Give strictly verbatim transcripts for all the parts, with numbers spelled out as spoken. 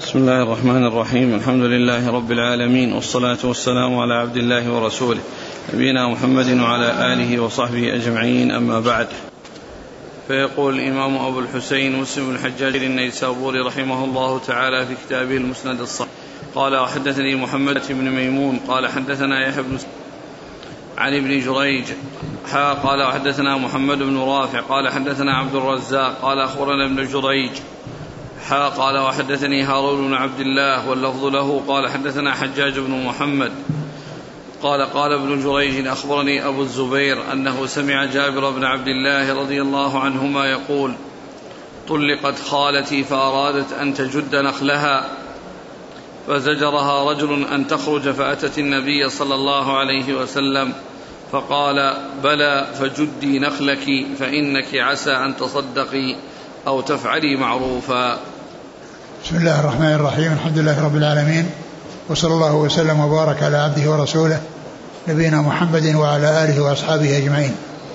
بسم الله الرحمن الرحيم. الحمد لله رب العالمين، والصلاة والسلام على عبد الله ورسوله نبينا محمد وعلى آله وصحبه أجمعين، أما بعد. فيقول الإمام أبو الحسين مسلم بن الحجاج النيسابوري رحمه الله تعالى في كتابه المسند الصحيح قال: وحدثني محمد بن ميمون قال حدثنا يحيى بن عن ابن جريج حا قال وحدثنا محمد بن رافع قال حدثنا عبد الرزاق قال أخبرنا ابن جريج حا قال وحدثني هارون بن عبد الله واللفظ له قال حدثنا حجاج بن محمد قال قال ابن جريج أخبرني أبو الزبير أنه سمع جابر بن عبد الله رضي الله عنهما يقول: طلقت خالتي فأرادت أن تجد نخلها فزجرها رجل أن تخرج، فأتت النبي صلى الله عليه وسلم فقال: بلى، فجدي نخلك فإنك عسى أن تصدقي أو تفعلي معروفا. بسم الله الرحمن الرحيم. الحمد لله رب العالمين، وصلى الله وسلم وبارك على عبده ورسوله نبينا محمد وعلى آله وأصحابه أجمعين.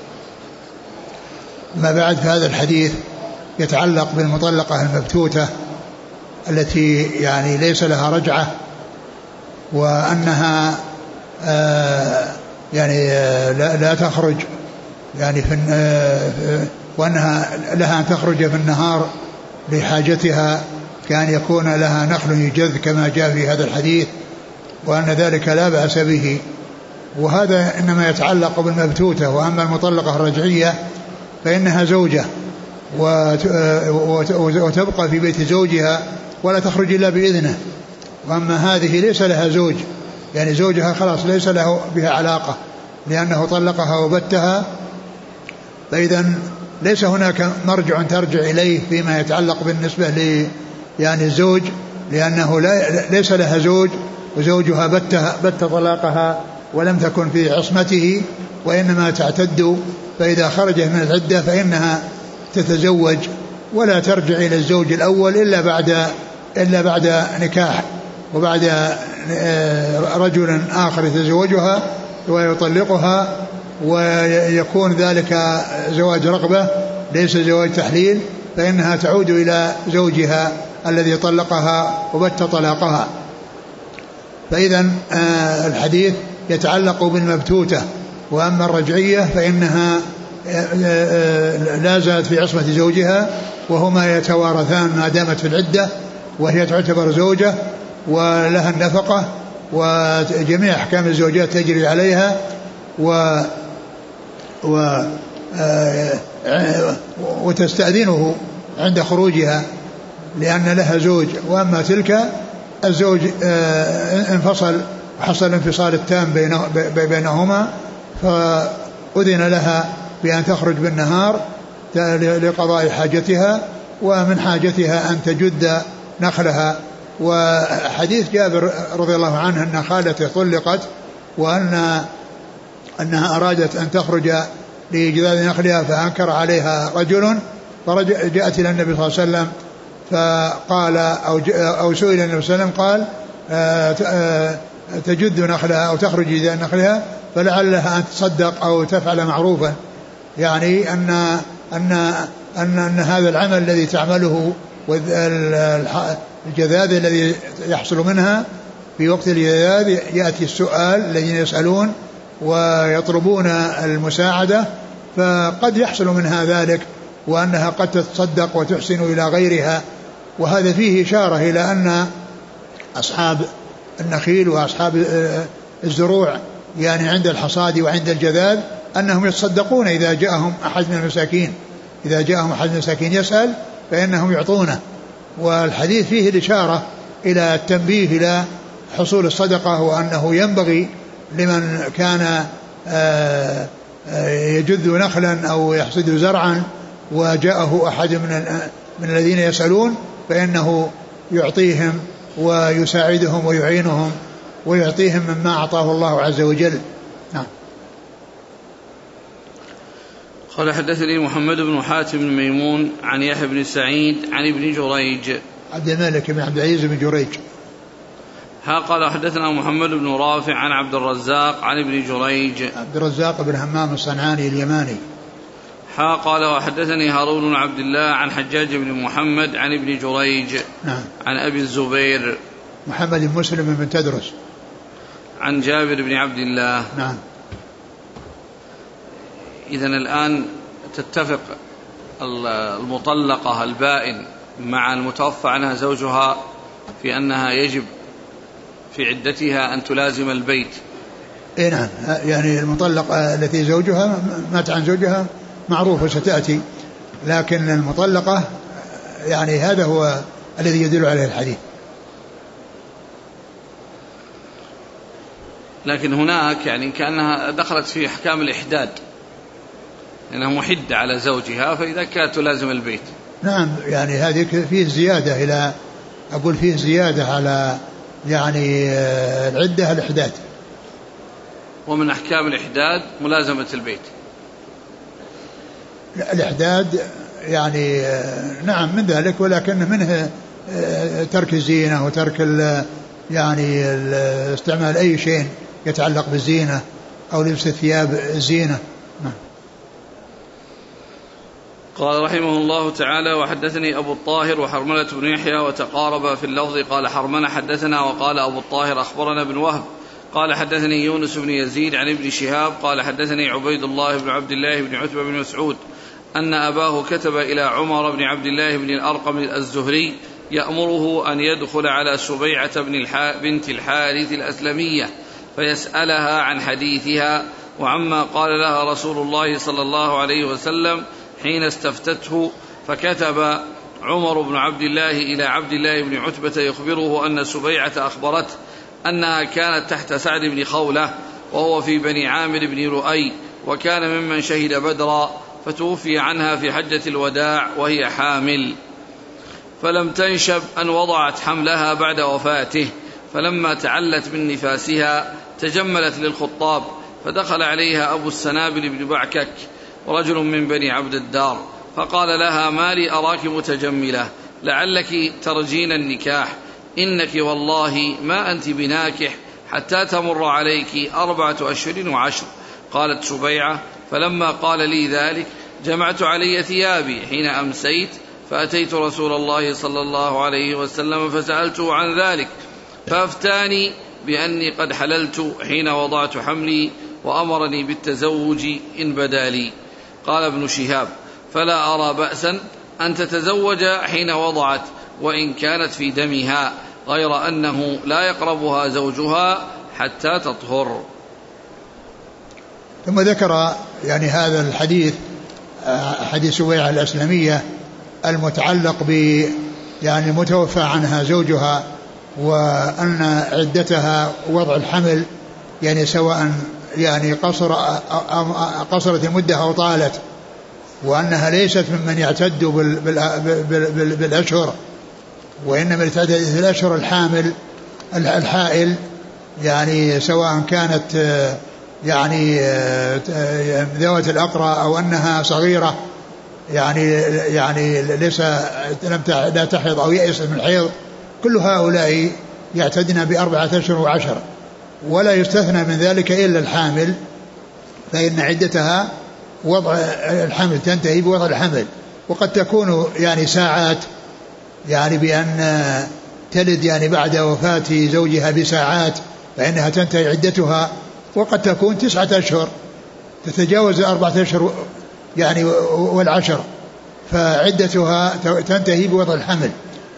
ما بعد، فهذا الحديث يتعلق بالمطلقة المبتوتة التي يعني ليس لها رجعة، وأنها آه يعني آه لا, لا تخرج يعني في آه وأنها لها أن تخرج في النهار لحاجتها، كأن يكون لها نخل يجذ كما جاء في هذا الحديث، وأن ذلك لا بأس به. وهذا إنما يتعلق بالمبتوتة. وأما المطلقة الرجعية فإنها زوجة وتبقى في بيت زوجها ولا تخرج إلا بإذنه. وأما هذه ليس لها زوج، يعني زوجها خلاص ليس له بها علاقة لأنه طلقها وبتها، فإذا ليس هناك مرجع ترجع إليه فيما يتعلق بالنسبة ل يعني الزوج، لأنه لا ليس لها زوج، وزوجها بتها بت طلاقها ولم تكن في عصمته، وإنما تعتد. فإذا خرجت من العدة فإنها تتزوج ولا ترجع إلى الزوج الأول إلا بعد إلا بعد نكاح وبعد رجل آخر يتزوجها ويطلقها، ويكون ذلك زواج رغبة ليس زواج تحليل، فإنها تعود إلى زوجها الذي طلقها وبت طلاقها. فإذا الحديث يتعلق بالمبتوتة. وأما الرجعية فإنها لا زالت في عصمة زوجها، وهما يتوارثان ما دامت في العدة، وهي تعتبر زوجة ولها النفقة وجميع أحكام الزوجات تجري عليها، و و وتستأذنه عند خروجها لأن لها زوج. وأما تلك الزوج انفصل وحصل انفصال التام بينهما، فأذن لها بأن تخرج بالنهار لقضاء حاجتها، ومن حاجتها أن تجد نخلها. وحديث جابر رضي الله عنه أن خالته طلقت وأن أنها أرادت أن تخرج لإجداد نخلها فأنكر عليها رجل، فجاءت إلى النبي صلى الله عليه وسلم فقال أو, أو سئل النبي صلى الله عليه وسلم قال تجد نخلها أو تخرج إجداد نخلها فلعلها أن تصدق أو تفعل معروفا، يعني أن, أن, أن, أن هذا العمل الذي تعمله والجذاذ الذي يحصل منها في وقت الجذاذ يأتي السؤال الذين يسألون ويطلبون المساعدة، فقد يحصل منها ذلك، وأنها قد تتصدق وتحسن إلى غيرها. وهذا فيه إشارة إلى أن أصحاب النخيل وأصحاب الزروع يعني عند الحصاد وعند الجذاذ أنهم يتصدقون إذا جاءهم أحد من المساكين إذا جاءهم أحد من المساكين يسأل فإنهم يعطونه. والحديث فيه الإشارة إلى التنبيه إلى حصول الصدقة، وأنه ينبغي لمن كان يجذ نخلا أو يحصد زرعا وجاءه أحد من من الذين يسألون فإنه يعطيهم ويساعدهم ويعينهم ويعطيهم مما أعطاه الله عز وجل. نعم. قال حدثني محمد بن حاتم بن ميمون عن يحيى بن سعيد عن ابن جريج عبد الملك بن عبد العزيز بن جريج ها قال حدثنا محمد بن رافع عن عبد الرزاق عن ابن جريج عبد الرزاق بن همام الصنعاني اليماني ها قال وحدثني هارون بن عبد الله عن حجاج بن محمد عن ابن جريج نعم. عن أبي الزبير محمد بن مسلم بن تدرس عن جابر بن عبد الله. نعم. إذن الآن تتفق المطلقة البائن مع المتوفى عنها زوجها في أنها يجب في عدتها أن تلازم البيت. إيه نعم، يعني المطلقة التي زوجها مات عن زوجها معروفة ستأتي، لكن المطلقة يعني هذا هو الذي يدل عليه الحديث. لكن هناك يعني كأنها دخلت في أحكام الإحداد، أنها محدة على زوجها، فإذا كانت تلازم البيت. نعم، يعني هذه فيه زيادة إلى أقول فيه زيادة على يعني العدة الإحداد. ومن أحكام الإحداد ملازمة البيت. الإحداد يعني نعم من ذلك، ولكن منه ترك الزينة وترك يعني استعمال أي شيء يتعلق بالزينة أو لبس ثياب الزينة. نعم. قال رحمه الله تعالى وحدثني أبو الطاهر وحرملة بن يحيى وتقارب في اللفظ، قال حرملة حدثنا وقال أبو الطاهر أخبرنا بن وهب قال حدثني يونس بن يزيد عن ابن شهاب قال حدثني عبيد الله بن عبد الله بن عتبة بن مسعود أن أباه كتب إلى عمر بن عبد الله بن الأرقم الزهري يأمره أن يدخل على سبيعة بن الح... بنت الحارث الأسلمية فيسألها عن حديثها وعما قال لها رسول الله صلى الله عليه وسلم حين استفتته، فكتب عمر بن عبد الله إلى عبد الله بن عتبة يخبره أن سبيعة أخبرته أنها كانت تحت سعد بن خولة وهو في بني عامر بن رؤي، وكان ممن شهد بدرا، فتوفي عنها في حجة الوداع وهي حامل، فلم تنشب أن وضعت حملها بعد وفاته، فلما تعلت من نفاسها تجملت للخطاب، فدخل عليها أبو السنابل بن بعكك رجل من بني عبد الدار، فقال لها ما لي أراك متجملة، لعلك ترجين النكاح، إنك والله ما أنت بناكح حتى تمر عليك أربعة أشهر وعشر. قالت سبيعة فلما قال لي ذلك جمعت علي ثيابي حين أمسيت، فأتيت رسول الله صلى الله عليه وسلم فسألته عن ذلك، فأفتاني بأني قد حللت حين وضعت حملي، وأمرني بالتزوج إن بدا لي. قال ابن شهاب فلا أرى بأسا أن تتزوج حين وضعت وإن كانت في دمها، غير أنه لا يقربها زوجها حتى تطهر. ثم ذكر يعني هذا الحديث حديث سبيعة الأسلمية المتعلق ب يعني المتوفى عنها زوجها، وأن عدتها وضع الحمل، يعني سواء يعني قصر قصرت المدة أو طالت، وأنها ليست ممن يعتد بالأشهر، وإنما يعتد بالأشهر الحامل الحائل، يعني سواء كانت يعني ذوات الأقرى أو أنها صغيرة، يعني يعني ليس لم لا تحيض أو يئس من الحيض، كل هؤلاء يعتدن بأربعة أشهر وعشر، ولا يستثنى من ذلك إلا الحامل، فإن عدتها وضع الحمل تنتهي بوضع الحمل، وقد تكون يعني ساعات، يعني بأن تلد يعني بعد وفاة زوجها بساعات فإنها تنتهي عدتها، وقد تكون تسعة أشهر تتجاوز أربعة أشهر يعني والعشر، فعدتها تنتهي بوضع الحمل.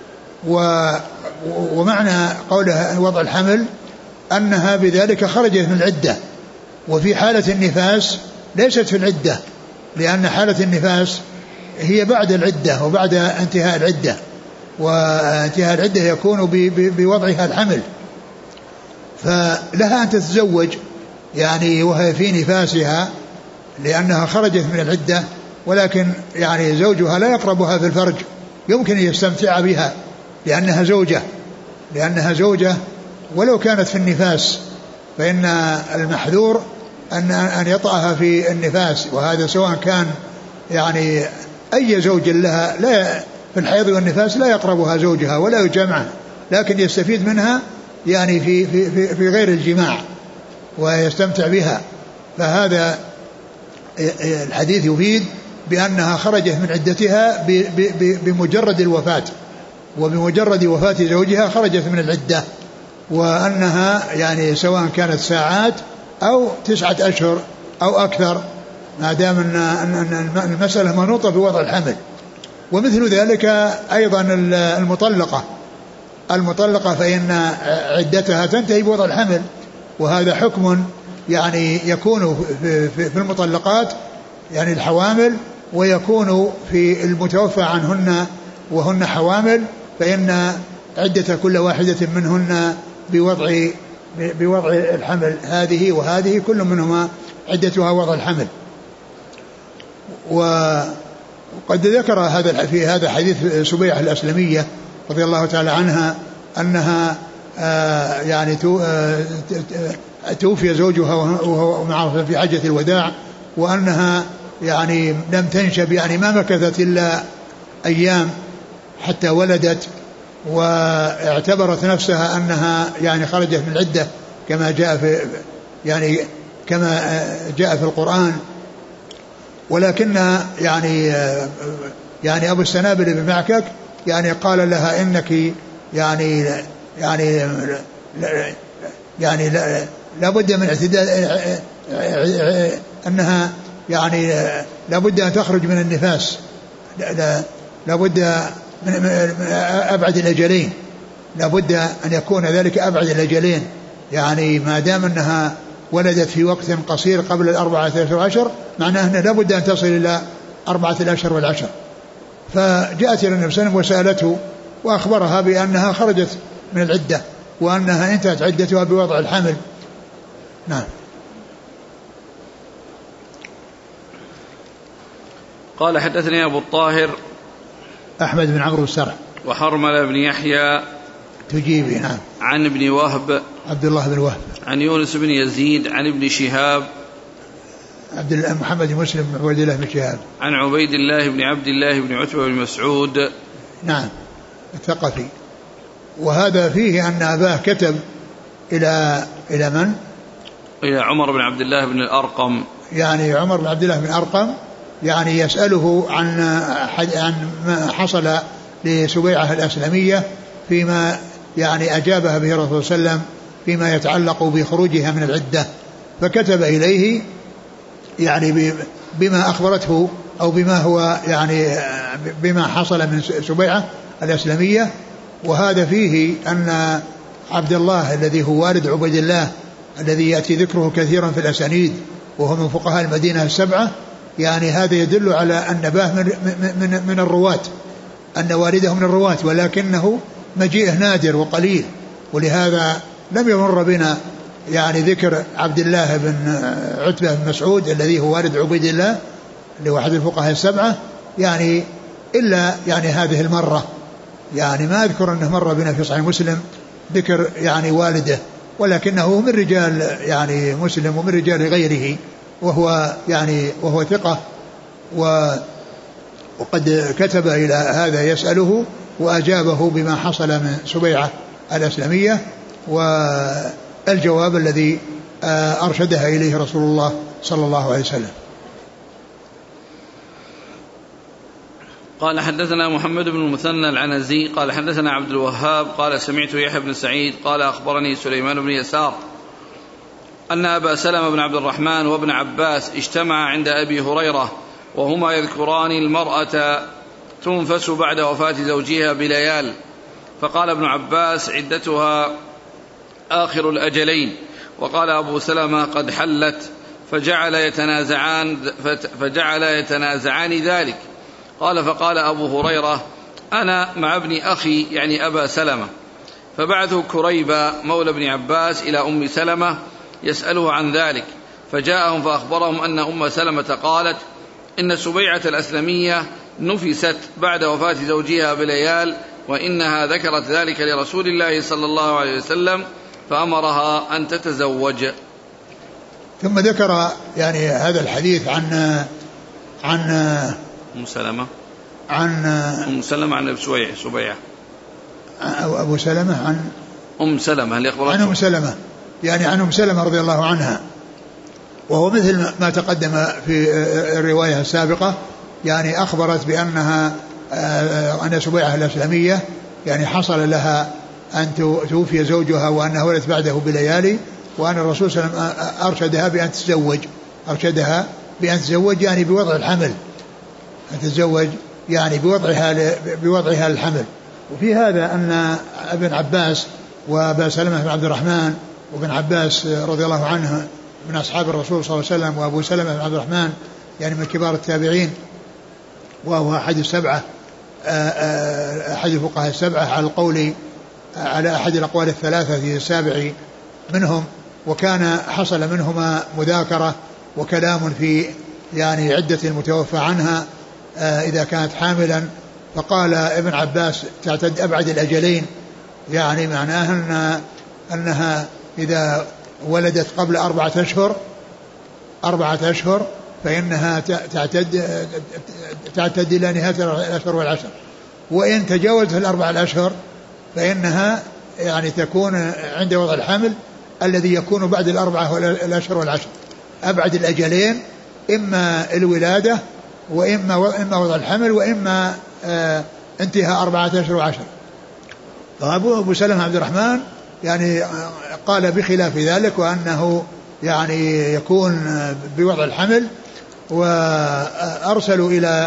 ومعنى قولها وضع الحمل أنها بذلك خرجت من العدة، وفي حالة النفاس ليست في العدة، لأن حالة النفاس هي بعد العدة وبعد انتهاء العدة، وانتهاء العدة يكون بوضعها الحمل، فلها أن تتزوج يعني وهي في نفاسها لأنها خرجت من العدة، ولكن يعني زوجها لا يقربها في الفرج، يمكن أن يستمتع بها لأنها زوجة لأنها زوجة ولو كانت في النفاس، فإن المحذور أن أن يطأها في النفاس، وهذا سواء كان يعني أي زوج لها لا في الحيض والنفاس لا يقربها زوجها ولا يجمعها، لكن يستفيد منها يعني في في في غير الجماع ويستمتع بها. فهذا الحديث يفيد بأنها خرجت من عدتها بمجرد الوفاة، وبمجرد وفاة زوجها خرجت من العدة، وأنها يعني سواء كانت ساعات أو تسعة أشهر أو أكثر، ما دام أن المسألة منوطة بوضع الحمل. ومثل ذلك أيضا المطلقة المطلقة فإن عدتها تنتهي بوضع الحمل، وهذا حكم يعني يكون في المطلقات يعني الحوامل، ويكون في المتوفى عنهن وهن حوامل، فإن عدة كل واحدة منهن بوضع بوضع الحمل، هذه وهذه كل منهما عدتها وضع الحمل. وقد ذكر هذا في هذا حديث سبيعة الأسلمية رضي الله تعالى عنها أنها آه يعني آه توفي زوجها وهو معه في حجة الوداع، وأنها يعني لم تنشب، يعني ما مكثت إلا أيام حتى ولدت، واعتبرت نفسها أنها يعني خرجت من العدة كما جاء في يعني كما جاء في القرآن. ولكن يعني يعني أبو السنابل بن معكك يعني قال لها إنك يعني يعني يعني لا بد من اعتدال، أنها يعني لا بد أن تخرج من النفاس، لا بد من أبعد الأجلين، لا بد أن يكون ذلك أبعد الأجلين، يعني ما دام أنها ولدت في وقت قصير قبل الأربعة عشر معناه أنها لا بد أن تصل إلى أربعة الأشهر والعشر. فجاءت إلى النبي صلى الله عليه وسلم وسألته وأخبرها بأنها خرجت من العدة، وأنها انتهت عدتها بوضع الحمل. نعم. قال حدثني أبو الطاهر أحمد بن عمرو السرع وحرمل بن يحيى تجيبي. نعم. عن ابن وهب عبد الله بن وهب عن يونس بن يزيد عن ابن شهاب عبد الله محمد بن مسلم بن عبيد الله بن شهاب عن عبيد الله بن عبد الله بن عتبة بن مسعود. نعم الثقفي. وهذا فيه أن أباه كتب إلى إلى من؟ إلى عمر بن عبد الله بن الأرقم، يعني عمر بن عبد الله بن الأرقم يعني يسأله عن عن ما حصل لسبيعة الأسلمية فيما يعني أجابها به الرسول صلى الله عليه وسلم فيما يتعلق بخروجها من العدة، فكتب إليه يعني بما أخبرته أو بما هو يعني بما حصل من سبيعة الأسلمية. وهذا فيه أن عبد الله الذي هو والد عبيد الله الذي يأتي ذكره كثيرا في الأسانيد وهو من فقهاء المدينة السبعة، يعني هذا يدل على أن أباه من, من, من الرواة، أن والده من الرواة، ولكنه مجيئه نادر وقليل، ولهذا لم يمر بنا يعني ذكر عبد الله بن عتبة بن مسعود الذي هو والد عبيد الله اللي هو أحد الفقهاء السبعة يعني إلا يعني هذه المرة، يعني ما أذكر أنه مر بنا في صحيح مسلم ذكر يعني والده، ولكنه من رجال يعني مسلم ومن رجال غيره، وهو يعني وهو ثقة، وقد كتب إلى هذا يسأله وأجابه بما حصل من سبيعة الأسلمية والجواب الذي أرشدها إليه رسول الله صلى الله عليه وسلم. قال حدثنا محمد بن المثنى العنزي قال حدثنا عبد الوهاب قال سمعت يحيى بن سعيد قال أخبرني سليمان بن يسار أن أبا سلمة بن عبد الرحمن وابن عباس اجتمعا عند أبي هريرة وهما يذكران المرأة تنفس بعد وفاة زوجها بليال، فقال ابن عباس عدتها آخر الأجلين، وقال أبو سلمة قد حلت، فجعل يتنازعان, فجعل يتنازعان ذلك. قال فقال أبو هريرة أنا مع ابن أخي يعني أبا سلمة، فبعثوا كريبا مولى ابن عباس إلى أم سلمة يسأله عن ذلك، فجاءهم فأخبرهم أن أم سلمة قالت إن سبيعة الأسلمية نفست بعد وفاة زوجها بليال، وإنها ذكرت ذلك لرسول الله صلى الله عليه وسلم فأمرها أن تتزوج. ثم ذكر يعني هذا الحديث عن عن أم سلمة عن أم سلمة عن سبيعة أبو سلمة عن أم سلمة اللي أخبرته عن أم سلمة يعني عن أم سلمة رضي الله عنها، وهو مثل ما تقدم في الرواية السابقة يعني أخبرت بأنها أن سبيعة الأسلمية يعني حصل لها أن توفي زوجها وأنها ولدت بعده بليالي، وأن الرسول صلى الله عليه وسلم أرشدها بأن تتزوج أرشدها بأن تتزوج يعني بوضع الحمل، أن تتزوج يعني بوضعها بوضعها الحمل. وفي هذا أن ابن عباس وابا سلمة بن عبد الرحمن وابن عباس رضي الله عنه من أصحاب الرسول صلى الله عليه وسلم، وأبو سلمة بن عبد الرحمن يعني من كبار التابعين، وهو أحد السبعة أحد الفقهاء السبعة على القول على أحد الأقوال الثلاثة في السابع منهم. وكان حصل منهما مذاكرة وكلام في يعني عدة المتوفى عنها إذا كانت حاملا. فقال ابن عباس تعتد أبعد الأجلين، يعني معناه أن أنها إذا ولدت قبل أربعة أشهر أربعة أشهر فإنها تعتد تعتد إلى نهاية الأشهر والعشر، وإن تجاوزت الأربع الأشهر فإنها يعني تكون عند وضع الحمل الذي يكون بعد الأربعة الأشهر والعشر. أبعد الأجلين إما الولادة وإما إما وضع الحمل وإما آه انتهاء أربعة أشهر وعشر. فأبو أبو سلمة عبد الرحمن يعني قال بخلاف ذلك، وأنه يعني يكون بوضع الحمل. وأرسلوا إلى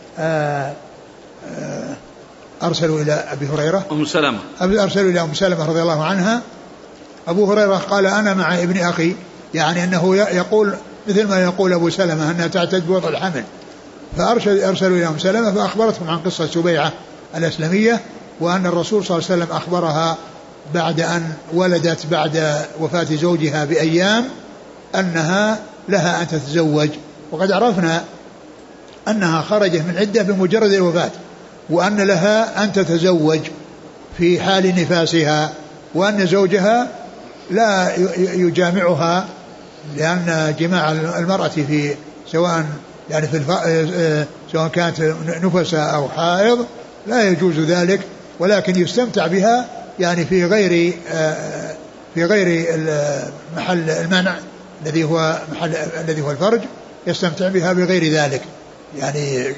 أرسلوا إلى أبي هريرة أم سلمة أرسلوا إلى أم سلمة رضي الله عنها. أبو هريرة قال أنا مع ابن أخي، يعني أنه يقول مثل ما يقول أبو سلمة أنها تعتد بوضع الحمل. فأرسل أرسلوا إلى أم سلمة فأخبرتهم عن قصة سبيعة الأسلمية، وأن الرسول صلى الله عليه وسلم أخبرها بعد أن ولدت بعد وفاة زوجها بأيام أنها لها أن تتزوج. وقد عرفنا أنها خرجت من عدة بمجرد الوفاة، وأن لها أن تتزوج في حال نفاسها، وأن زوجها لا يجامعها، لأن جماع المرأة في سواء يعني في الف... سواء كانت نفسة أو حائض لا يجوز ذلك، ولكن يستمتع بها يعني في غير في غير محل المنع الذي هو محل الذي هو الفرج، يستمتع بها بغير ذلك. يعني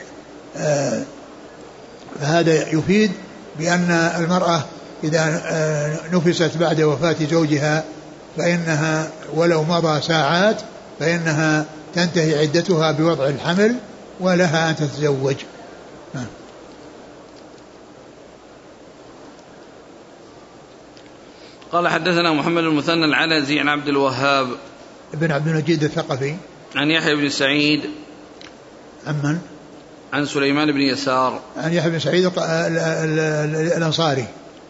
هذا يفيد بأن المرأة إذا نفست بعد وفاة زوجها فإنها ولو مضى ساعات فإنها تنتهي عدتها بوضع الحمل ولها أن تتزوج. قال حدثنا محمد المثنى العنزي عن عبد الوهاب ابن عبد المجيد الثقفي عن يحيى بن سعيد عمن عن سليمان بن يسار عن يحيى بن سعيد الأنصاري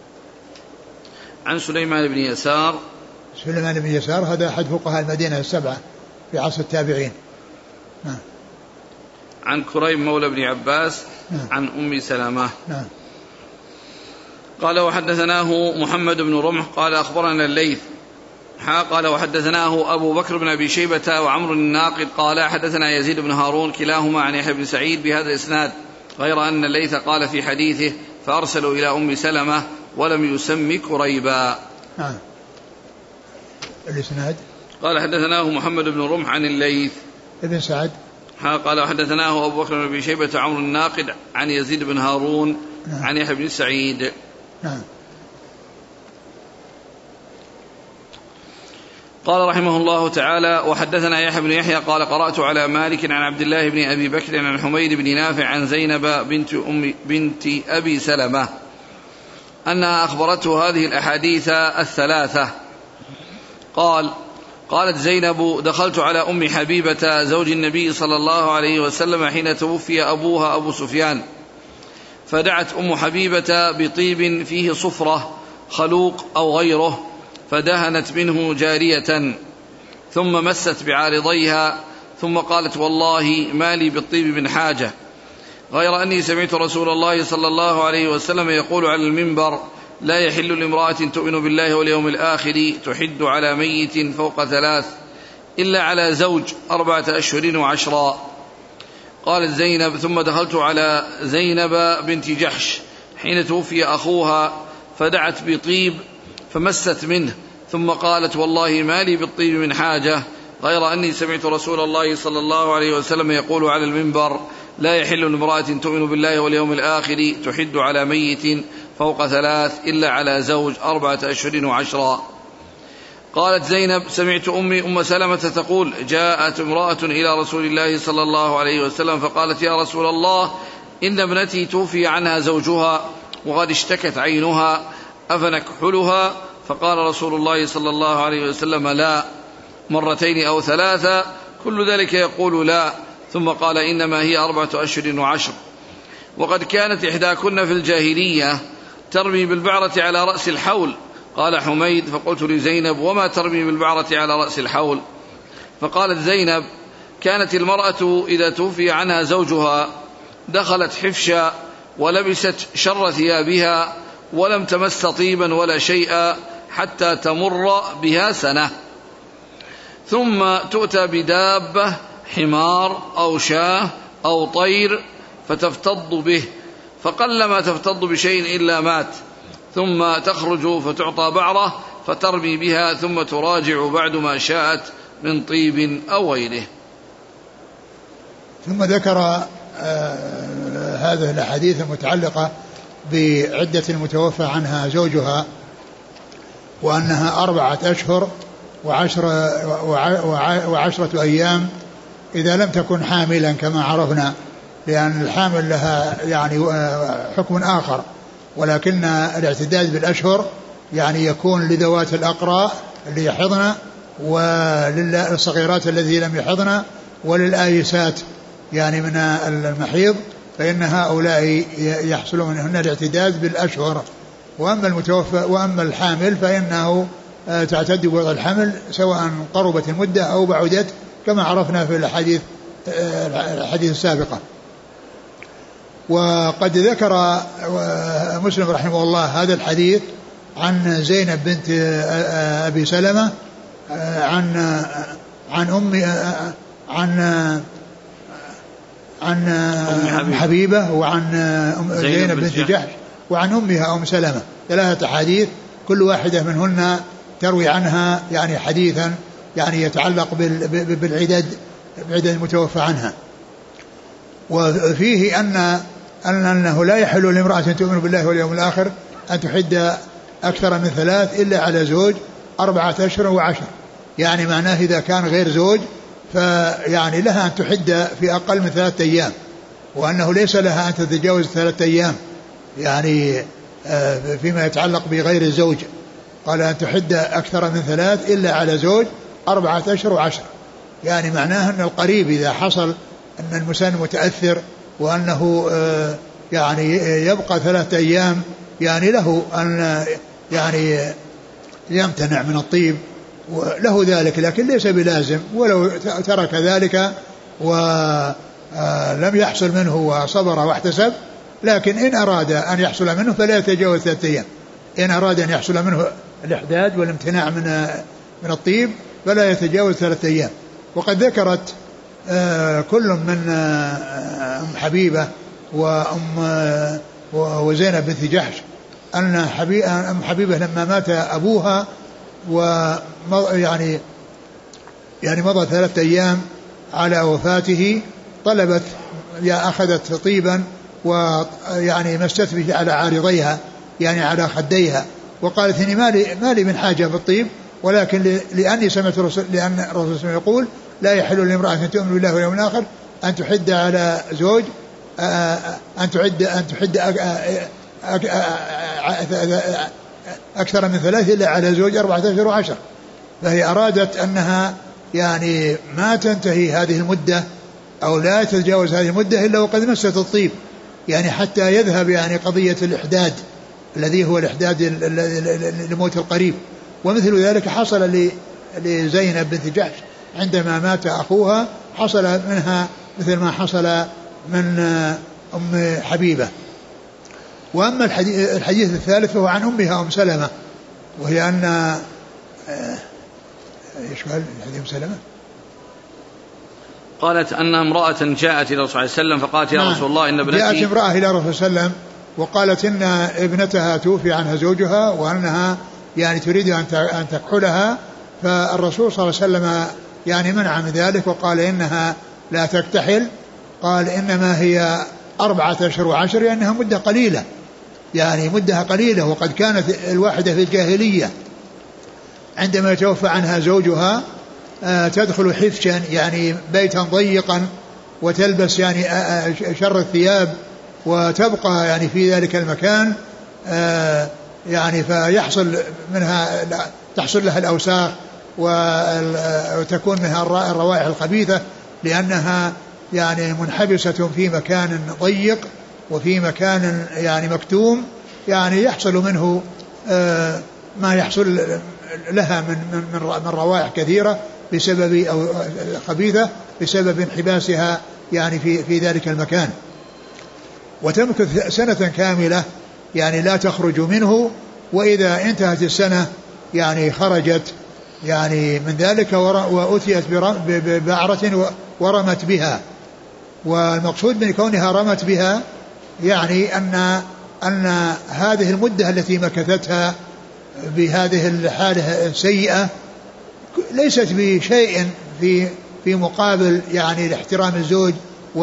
عن سليمان بن يسار سليمان بن يسار هذا أحد فقهاء المدينة السبعة في عصر التابعين. نعم. عن كريم مولى بن عباس. نعم. عن أم سلمة. نعم. قال وحدثناه محمد بن رمح قال أخبرنا الليث قال وحدثناه أبو بكر بن أبي شيبة وعمر الناقد قال حدثنا يزيد بن هارون كلاهما عن يحيى بن سعيد بهذا الإسناد، غير أن الليث قال في حديثه فأرسلوا إلى أم سلمة ولم يسم كريبا. نعم. الإسناد قال حدثناه محمد بن رمح عن الليث ابن سعد قال حدثناه أبو بكر بن أبي شيبة وعمر الناقد عن يزيد بن هارون. نعم. عن يحيى بن سعيد. نعم. قال رحمه الله تعالى وحدثنا يحيى بن يحيى قال قرأت على مالك عن عبد الله بن أبي بكر عن حميد بن نافع عن زينب بنت, أم بنت أبي سلمة أنها أخبرته هذه الأحاديث الثلاثة. قال قالت زينب دخلت على أم حبيبة زوج النبي صلى الله عليه وسلم حين توفي أبوها أبو سفيان، فدعت أم حبيبة بطيب فيه صفرة خلوق أو غيره فدهنت منه جارية ثم مست بعارضيها ثم قالت والله ما لي بالطيب من حاجة، غير أني سمعت رسول الله صلى الله عليه وسلم يقول على المنبر لا يحل لامرأة تؤمن بالله واليوم الآخر تحد على ميت فوق ثلاث إلا على زوج أربعة أشهر وعشرا. قالت زينب ثم دخلت على زينب بنت جحش حين توفي أخوها فدعت بطيب فمست منه ثم قالت والله ما لي بالطيب من حاجة، غير أني سمعت رسول الله صلى الله عليه وسلم يقول على المنبر لا يحل لامرأة تؤمن بالله واليوم الآخر تحد على ميت فوق ثلاث إلا على زوج أربعة أشهر وعشرا. قالت زينب سمعت أمي أم سلمة تقول جاءت امرأة إلى رسول الله صلى الله عليه وسلم فقالت يا رسول الله إن ابنتي توفي عنها زوجها وقد اشتكت عينها أفنكحلها؟ فقال رسول الله صلى الله عليه وسلم لا، مرتين أو ثلاثة كل ذلك يقول لا، ثم قال إنما هي أربعة أشهر وعشر. وقد كانت إحداكن في الجاهلية ترمي بالبعرة على رأس الحول. قال حميد فقلت لزينب وما ترمي بالبعرة على رأس الحول؟ فقالت زينب كانت المرأة إذا توفي عنها زوجها دخلت حفشا ولبست شر ثيابها ولم تمس طيبا ولا شيئا حتى تمر بها سنة، ثم تؤتى بدابة حمار أو شاه أو طير فتفتض به، فقلما تفتض بشيء إلا مات، ثم تخرج فتعطى بعرة فترمي بها ثم تراجع بعد ما شاءت من طيب أو غيره. ثم ذكر آه هذه الأحاديث المتعلقة بعدة المتوفى عنها زوجها وأنها أربعة أشهر وعشر وعشرة أيام إذا لم تكن حاملا كما عرفنا، لأن الحامل لها يعني حكم آخر، ولكن الاعتداد بالأشهر يعني يكون لذوات الأقراء اللي يحضن وللصغيرات الذي لم يحضن وللآيسات يعني من المحيض، فإن هؤلاء يحصل منهن الاعتداد بالأشهر. وأما المتوفى وأما الحامل فإنه تعتد بوضع الحمل سواء قربت المدة أو بعدت كما عرفنا في الحديث الحديث السابقة. وقد ذكر مسلم رحمه الله هذا الحديث عن زينب بنت أبي سلمة عن عن أم عن عن أم حبيبة وعن زينب بنت جحش وعن أمها أم سلمة، ثلاثة حديث كل واحدة منهن تروي عنها يعني حديثا يعني يتعلق بالعدد بعدد المتوفى عنها. وفيه أن أنه لا يحل لامرأة تؤمن بالله واليوم الآخر أن تحد أكثر من ثلاث إلا على زوج أربعة أشهر وعشر، يعني معناه إذا كان غير زوج فيعني لها أن تحد في أقل من ثلاثة أيام، وأنه ليس لها أن تتجاوز ثلاثة أيام يعني فيما يتعلق بغير الزوج. قال أن تحد أكثر من ثلاث إلا على زوج أربعة أشهر وعشر، يعني معناه أن القريب إذا حصل أن المسن متأثر وأنه يعني يبقى ثلاثة أيام يعني له أن يعني يمتنع من الطيب وله ذلك، لكن ليس بلازم، ولو ترك ذلك ولم يحصل منه وصبر واحتسب، لكن إن أراد أن يحصل منه فلا يتجاوز ثلاثة أيام. إن أراد أن يحصل منه الإحداد والامتناع من من الطيب فلا يتجاوز ثلاثة أيام. وقد ذكرت كل من أم حبيبة وأم وزينب بنت جحش أن أم حبيبة لما مات أبوها ويعني يعني مضى ثلاثة أيام على وفاته طلبت يا أخذت طيبا ويعني مست به على عارضيها يعني على خديها، وقالت إني مالي مالي من حاجة بالطيب، ولكن لأني سمعت الرسول لأن الرسول يقول لا يحل لامرأة تؤمن بالله واليوم الآخر أن تحد على زوج أن تعد أن تحد أكثر من ثلاث إلا على زوج أربعة أشهر وعشر. فهي أرادت أنها يعني ما تنتهي هذه المدة أو لا تتجاوز هذه المدة إلا وقد مست الطيب، يعني حتى يذهب يعني قضية الإحداد الذي هو الإحداد لموت القريب. ومثل ذلك حصل لزينب بنت جحش عندما مات أخوها، حصل منها مثل ما حصل من أم حبيبة. وأما الحديث, الحديث الثالث فهو عن أمها أم سلمة، وهي أن إيش قال الحديث أم سلمة؟ قالت أن امرأة جاءت إلى رسول الله صلى الله عليه وسلم فقالت يا رسول الله إن ابنتي جاءت امرأة إلى رسول الله صلى الله عليه وسلم وقالت إن ابنتها توفي عنها زوجها وأنها يعني تريد أن تكحلها، فالرسول صلى الله عليه وسلم يعني منع من ذلك وقال إنها لا تكتحل قال إنما هي أربعة أشهر وعشر لأنها مدة قليلة، يعني مدة قليلة. وقد كانت الواحدة في الجاهلية عندما يتوفى عنها زوجها تدخل حفشا يعني بيتا ضيقا وتلبس يعني شر الثياب وتبقى يعني في ذلك المكان يعني فيحصل منها تحصل لها الأوساخ وتكون منها الروائح الخبيثة لأنها يعني منحبسة في مكان ضيق وفي مكان يعني مكتوم، يعني يحصل منه ما يحصل لها من من من روائح كثيرة بسبب أو خبيثة بسبب انحباسها يعني في في ذلك المكان، وتمكث سنة كاملة يعني لا تخرج منه. وإذا انتهت السنة يعني خرجت يعني من ذلك وأتيت ببعرة ورمت بها. والمقصود من كونها رمت بها يعني أن أن هذه المدة التي مكثتها بهذه الحالة السيئة ليست بشيء في في مقابل يعني احترام الزوج و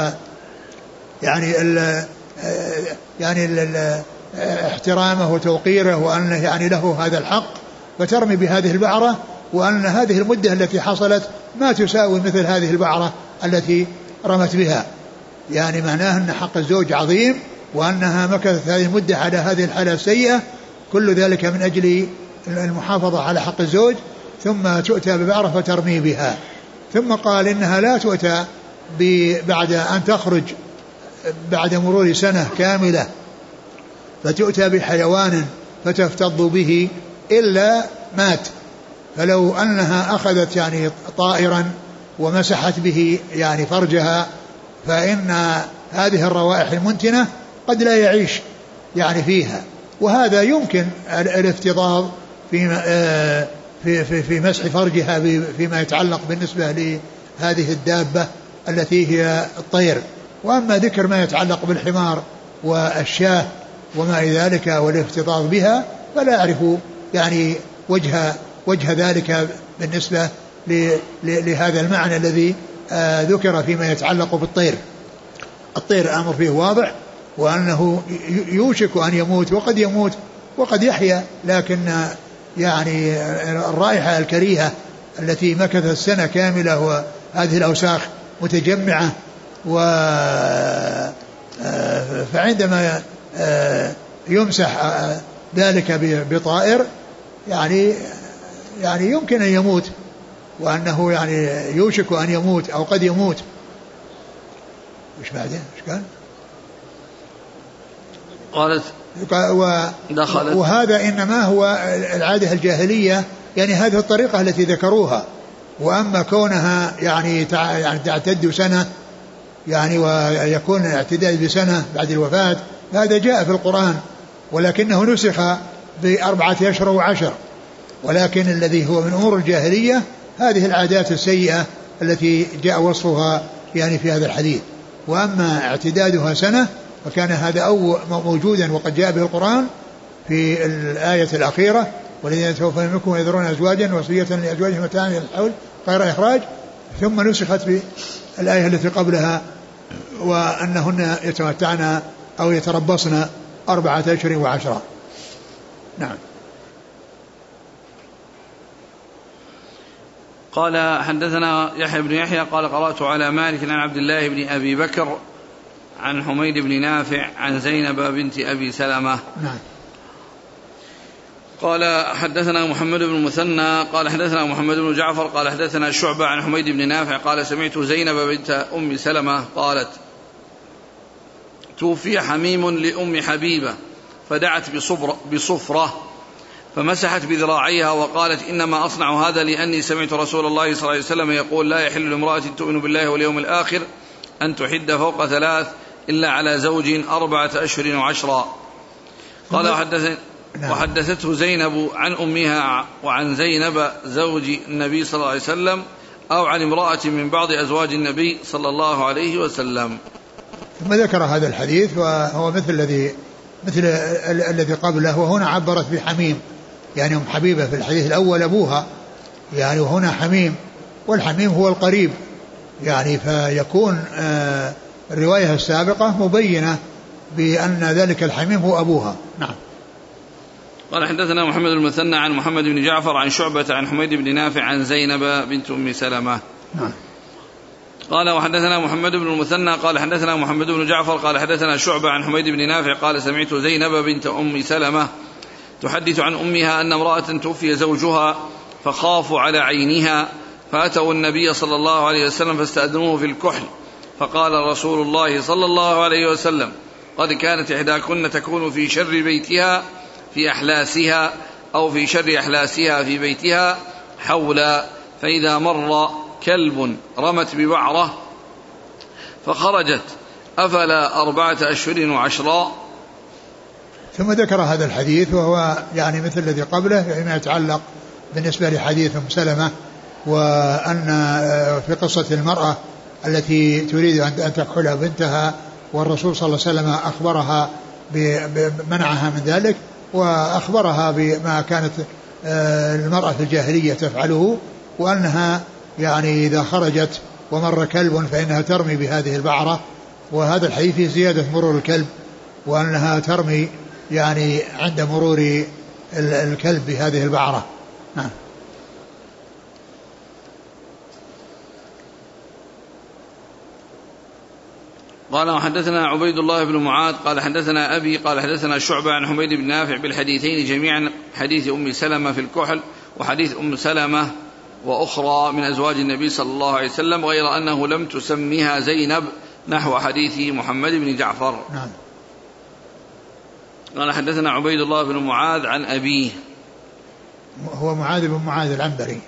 يعني ال يعني ال احترامه وتوقيره وأنه يعني له هذا الحق، فترمي بهذه البعرة وأن هذه المدة التي حصلت ما تساوي مثل هذه البعرة التي رمت بها، يعني معناه أن حق الزوج عظيم وأنها مكثت هذه المدة على هذه الحالة السيئة، كل ذلك من أجل المحافظة على حق الزوج، ثم تؤتى ببعرة فترمي بها. ثم قال إنها لا تؤتى بعد أن تخرج بعد مرور سنة كاملة فتؤتى بحيوان فتفتض به إلا مات. فلو أنها أخذت يعني طائرا ومسحت به يعني فرجها فإن هذه الروائح المنتنة قد لا يعيش يعني فيها، وهذا يمكن الافتضاض في في في, في مسح فرجها فيما يتعلق بالنسبة لهذه الدابة التي هي الطير. وأما ذكر ما يتعلق بالحمار والشاه وما إلى ذلك والافتضاض بها فلا أعرف يعني وجه وجه ذلك بالنسبة لهذا المعنى الذي ذكر فيما يتعلق بالطير. الطير الأمر فيه واضح وأنه يوشك أن يموت وقد يموت وقد يحيا، لكن يعني الرائحة الكريهة التي مكثت سنة كاملة وهذه الأوساخ متجمعة و فعندما يمسح ذلك بطائر يعني يعني يمكن أن يموت، وأنه يعني يوشك أن يموت أو قد يموت. وش بعدين وش قال؟ قالت دخلت. وهذا إنما هو العادة الجاهلية، يعني هذه الطريقة التي ذكروها. وأما كونها يعني تعتد سنة يعني ويكون الاعتداد بسنة بعد الوفاة هذا جاء في القرآن، ولكنه نسخ بأربعة أشهر وعشر. ولكن الذي هو من أمور الجاهلية هذه العادات السيئة التي جاء وصفها يعني في هذا الحديث. وأما اعتدادها سنة فكان هذا أو موجودا وقد جاء به القرآن في الآية الأخيرة والذين يتوفون منكم ويذرون أزواجا وصية لأزواجهم متاعا إلى الحول غير إخراج، ثم نسخت بالآية التي قبلها وأنهن يتمتعن أو يتربصن أربعة أشهر وعشرة. نعم. قال حدثنا يحيى بن يحيى قال قرأت على مالك عن عبد الله بن أبي بكر عن حميد بن نافع عن زينب بنت أبي سلمة. نعم. قال حدثنا محمد بن المثنى قال حدثنا محمد بن جعفر قال حدثنا شعبة عن حميد بن نافع قال سمعت زينب بنت أم سلمة قالت توفي حميم لأم حبيبة فدعت بصبر بصفرة فمسحت بذراعيها وقالت إنما أصنع هذا لأني سمعت رسول الله صلى الله عليه وسلم يقول لا يحل لامرأة تؤمن بالله واليوم الآخر أن تحد فوق ثلاث إلا على زوج أربعة أشهر وعشرا. قال وحدث وحدثته زينب عن أمها وعن زينب زوج النبي صلى الله عليه وسلم أو عن امرأة من بعض أزواج النبي صلى الله عليه وسلم. ثم ذكر هذا الحديث وهو مثل الذي مثل الذي قبله، وهنا عبرت بحميم يعني أم حبيبة في الحديث الأول أبوها يعني، وهنا حميم، والحميم هو القريب يعني فيكون الرواية السابقة مبينة بأن ذلك الحميم هو أبوها. نعم. قال حدثنا محمد المثنى عن محمد بن جعفر عن شعبة عن حميد بن نافع عن زينب بنت أم سلمة. نعم. قال وحدثنا محمد بن المثنى قال حدثنا محمد بن جعفر قال حدثنا شعبة عن حميد بن نافع قال سمعت زينب بنت أم سلمة تحدث عن أمها أن امرأة توفي زوجها فخافوا على عينها فأتوا النبي صلى الله عليه وسلم فاستأذنوه في الكحل فقال رسول الله صلى الله عليه وسلم قد كانت إحداكن تكون في شر بيتها في أحلاسها أو في شر أحلاسها في بيتها حولا فإذا مر كلب رمت ببعرة فخرجت أفلا أربعة أشهر وعشرا. ثم ذكر هذا الحديث وهو يعني مثل الذي قبله فيما يتعلق بالنسبة لحديث أم سلمة وأن في قصة المرأة التي تريد أن تكحل بنتها والرسول صلى الله عليه وسلم أخبرها بمنعها من ذلك وأخبرها بما كانت المرأة في الجاهلية تفعله وأنها يعني إذا خرجت ومر كلب فإنها ترمي بهذه البعرة وهذا الحديث فيه زيادة مرور الكلب وأنها ترمي يعني عند مرور الكلب بهذه البعرة. نعم. قال وحدثنا عبيد الله بن معاذ قال حدثنا أبي قال حدثنا شعبة عن حميد بن نافع بالحديثين جميعا حديث أم سلمة في الكحل وحديث أم سلمة وأخرى من أزواج النبي صلى الله عليه وسلم غير أنه لم تسميها زينب نحو حديث محمد بن جعفر. نعم. قال حدثنا عبيد الله بن معاذ عن أبيه هو معاذ بن معاذ العنبري.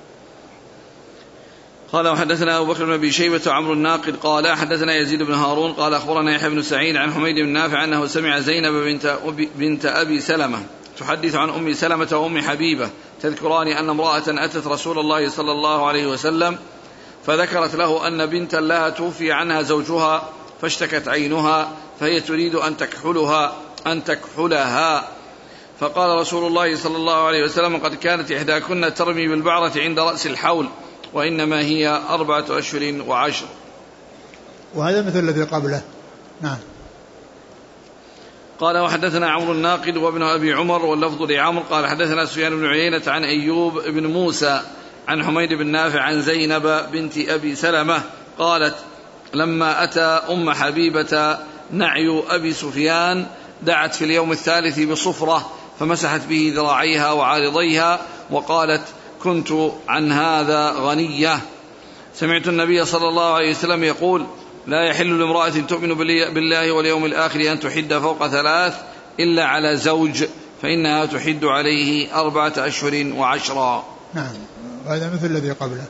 قال وحدثنا أبو بكر بن أبي شيبة وعمرو الناقد قال حدثنا يزيد بن هارون قال أخبرنا يحيى بن سعيد عن حميد بن نافع أنه سمع زينب بنت, بنت أبي سلمة تحدث عن أم سلمة وأم حبيبة تذكران أن امرأة أتت رسول الله صلى الله عليه وسلم فذكرت له أن بنتا لها توفي عنها زوجها فاشتكت عينها فهي تريد أن تكحلها أن تكحلها فقال رسول الله صلى الله عليه وسلم قد كانت إحداكن ترمي بالبعرة عند رأس الحول وإنما هي أربعة أشهر وعشر. وهذا مثل الذي قبله. نعم. قال وحدثنا عمرو الناقد وابن أبي عمر واللفظ لعمر قال حدثنا سفيان بن عيينة عن أيوب بن موسى عن حميد بن نافع عن زينب بنت أبي سلمة قالت لما أتى أم حبيبة نعي أبي سفيان دعت في اليوم الثالث بصفرة فمسحت به ذراعيها وعارضيها وقالت كنت عن هذا غنية. سمعت النبي صلى الله عليه وسلم يقول لا يحل لامرأة تؤمن بالله واليوم الآخر أن تحد فوق ثلاث إلا على زوج فإنها تحد عليه أربعة أشهر وعشرا. نعم. وهذا مثل الذي قبله.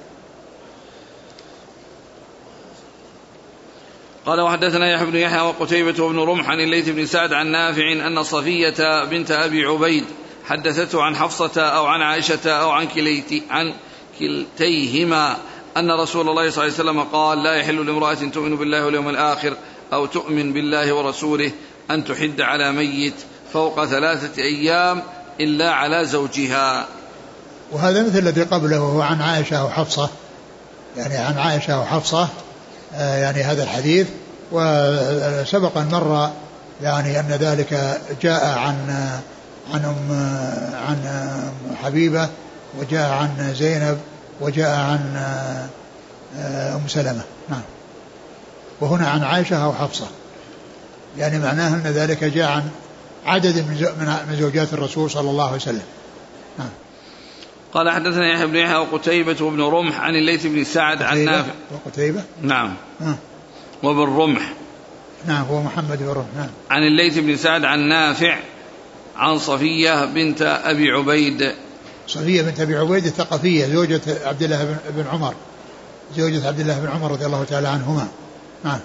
قال وحدثنا يحيى بن يحيى وقتيبة وابن رمح عن الليث بن سعد عن نافع أن صفية بنت أبي عبيد حدثته عن حفصة أو عن عائشة أو عن, كليتي عن كلتيهما أن رسول الله صلى الله عليه وسلم قال لا يحل لامرأة تؤمن بالله واليوم الآخر أو تؤمن بالله ورسوله أن تحد على ميت فوق ثلاثة أيام إلا على زوجها. وهذا مثل الذي قبله وهو عن عائشة وحفصة يعني عن عائشة وحفصة يعني هذا الحديث وسبق أن مر يعني أن ذلك جاء عن عن أم عن حبيبة وجاء عن زينب وجاء عن أم سلمة. نعم. وهنا عن عائشة وحفصة يعني معناه أن ذلك جاء عن عدد من زوجات الرسول صلى الله عليه وسلم. نعم. قال حدثنا يحيى بن يحيى وقتيبة وابن رمح عن الليث بن سعد عن نافع وقتيبة نعم آه. وابن رمح نعم هو محمد بن رمح نعم عن الليث بن سعد عن نافع عن صفية بنت أبي عبيد. صفية بنت أبي عبيد الثقفية زوجة عبد الله بن عمر زوجة عبد الله بن عمر رضي الله تعالى عنهما. نعم.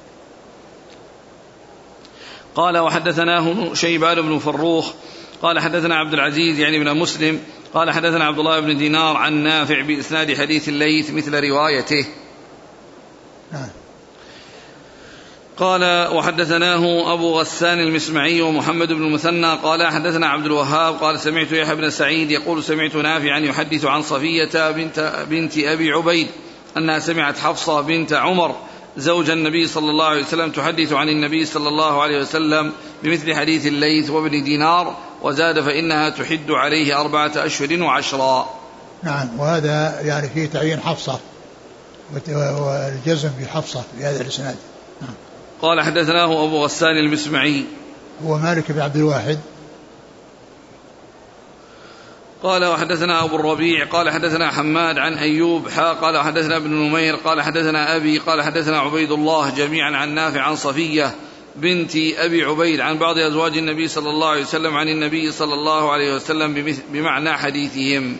قال وحدثناه شيبان بن فروخ قال حدثنا عبد العزيز يعني بن مسلم قال حدثنا عبد الله بن دينار عن نافع بإسناد حديث الليث مثل روايته. نعم. قال وحدثناه أبو غسان المسمعي ومحمد بن المثنى قال حدثنا عبد الوهاب قال سمعت يحيى بن سعيد يقول سمعت نافعا يحدث عن صفية بنت, بنت أبي عبيد أنها سمعت حفصة بنت عمر زوج النبي صلى الله عليه وسلم تحدث عن النبي صلى الله عليه وسلم بمثل حديث الليث وابن دينار، وزاد فإنها تحد عليه أربعة أشهر وعشرا. نعم. وهذا يعني فيه تعيين حفصة والجزم بحفصة في هذا الإسناد. نعم. قال حدثناه أبو غسان المسمعي هو مالك بن عبد الواحد. قال وحدثنا أبو الربيع قال حدثنا حماد عن أيوب حا قال حدثنا ابن نمير قال حدثنا أبي قال حدثنا عبيد الله جميعا عن نافع عن صفية بنت أبي عبيد عن بعض أزواج النبي صلى الله عليه وسلم عن النبي صلى الله عليه وسلم بمعنى حديثهم.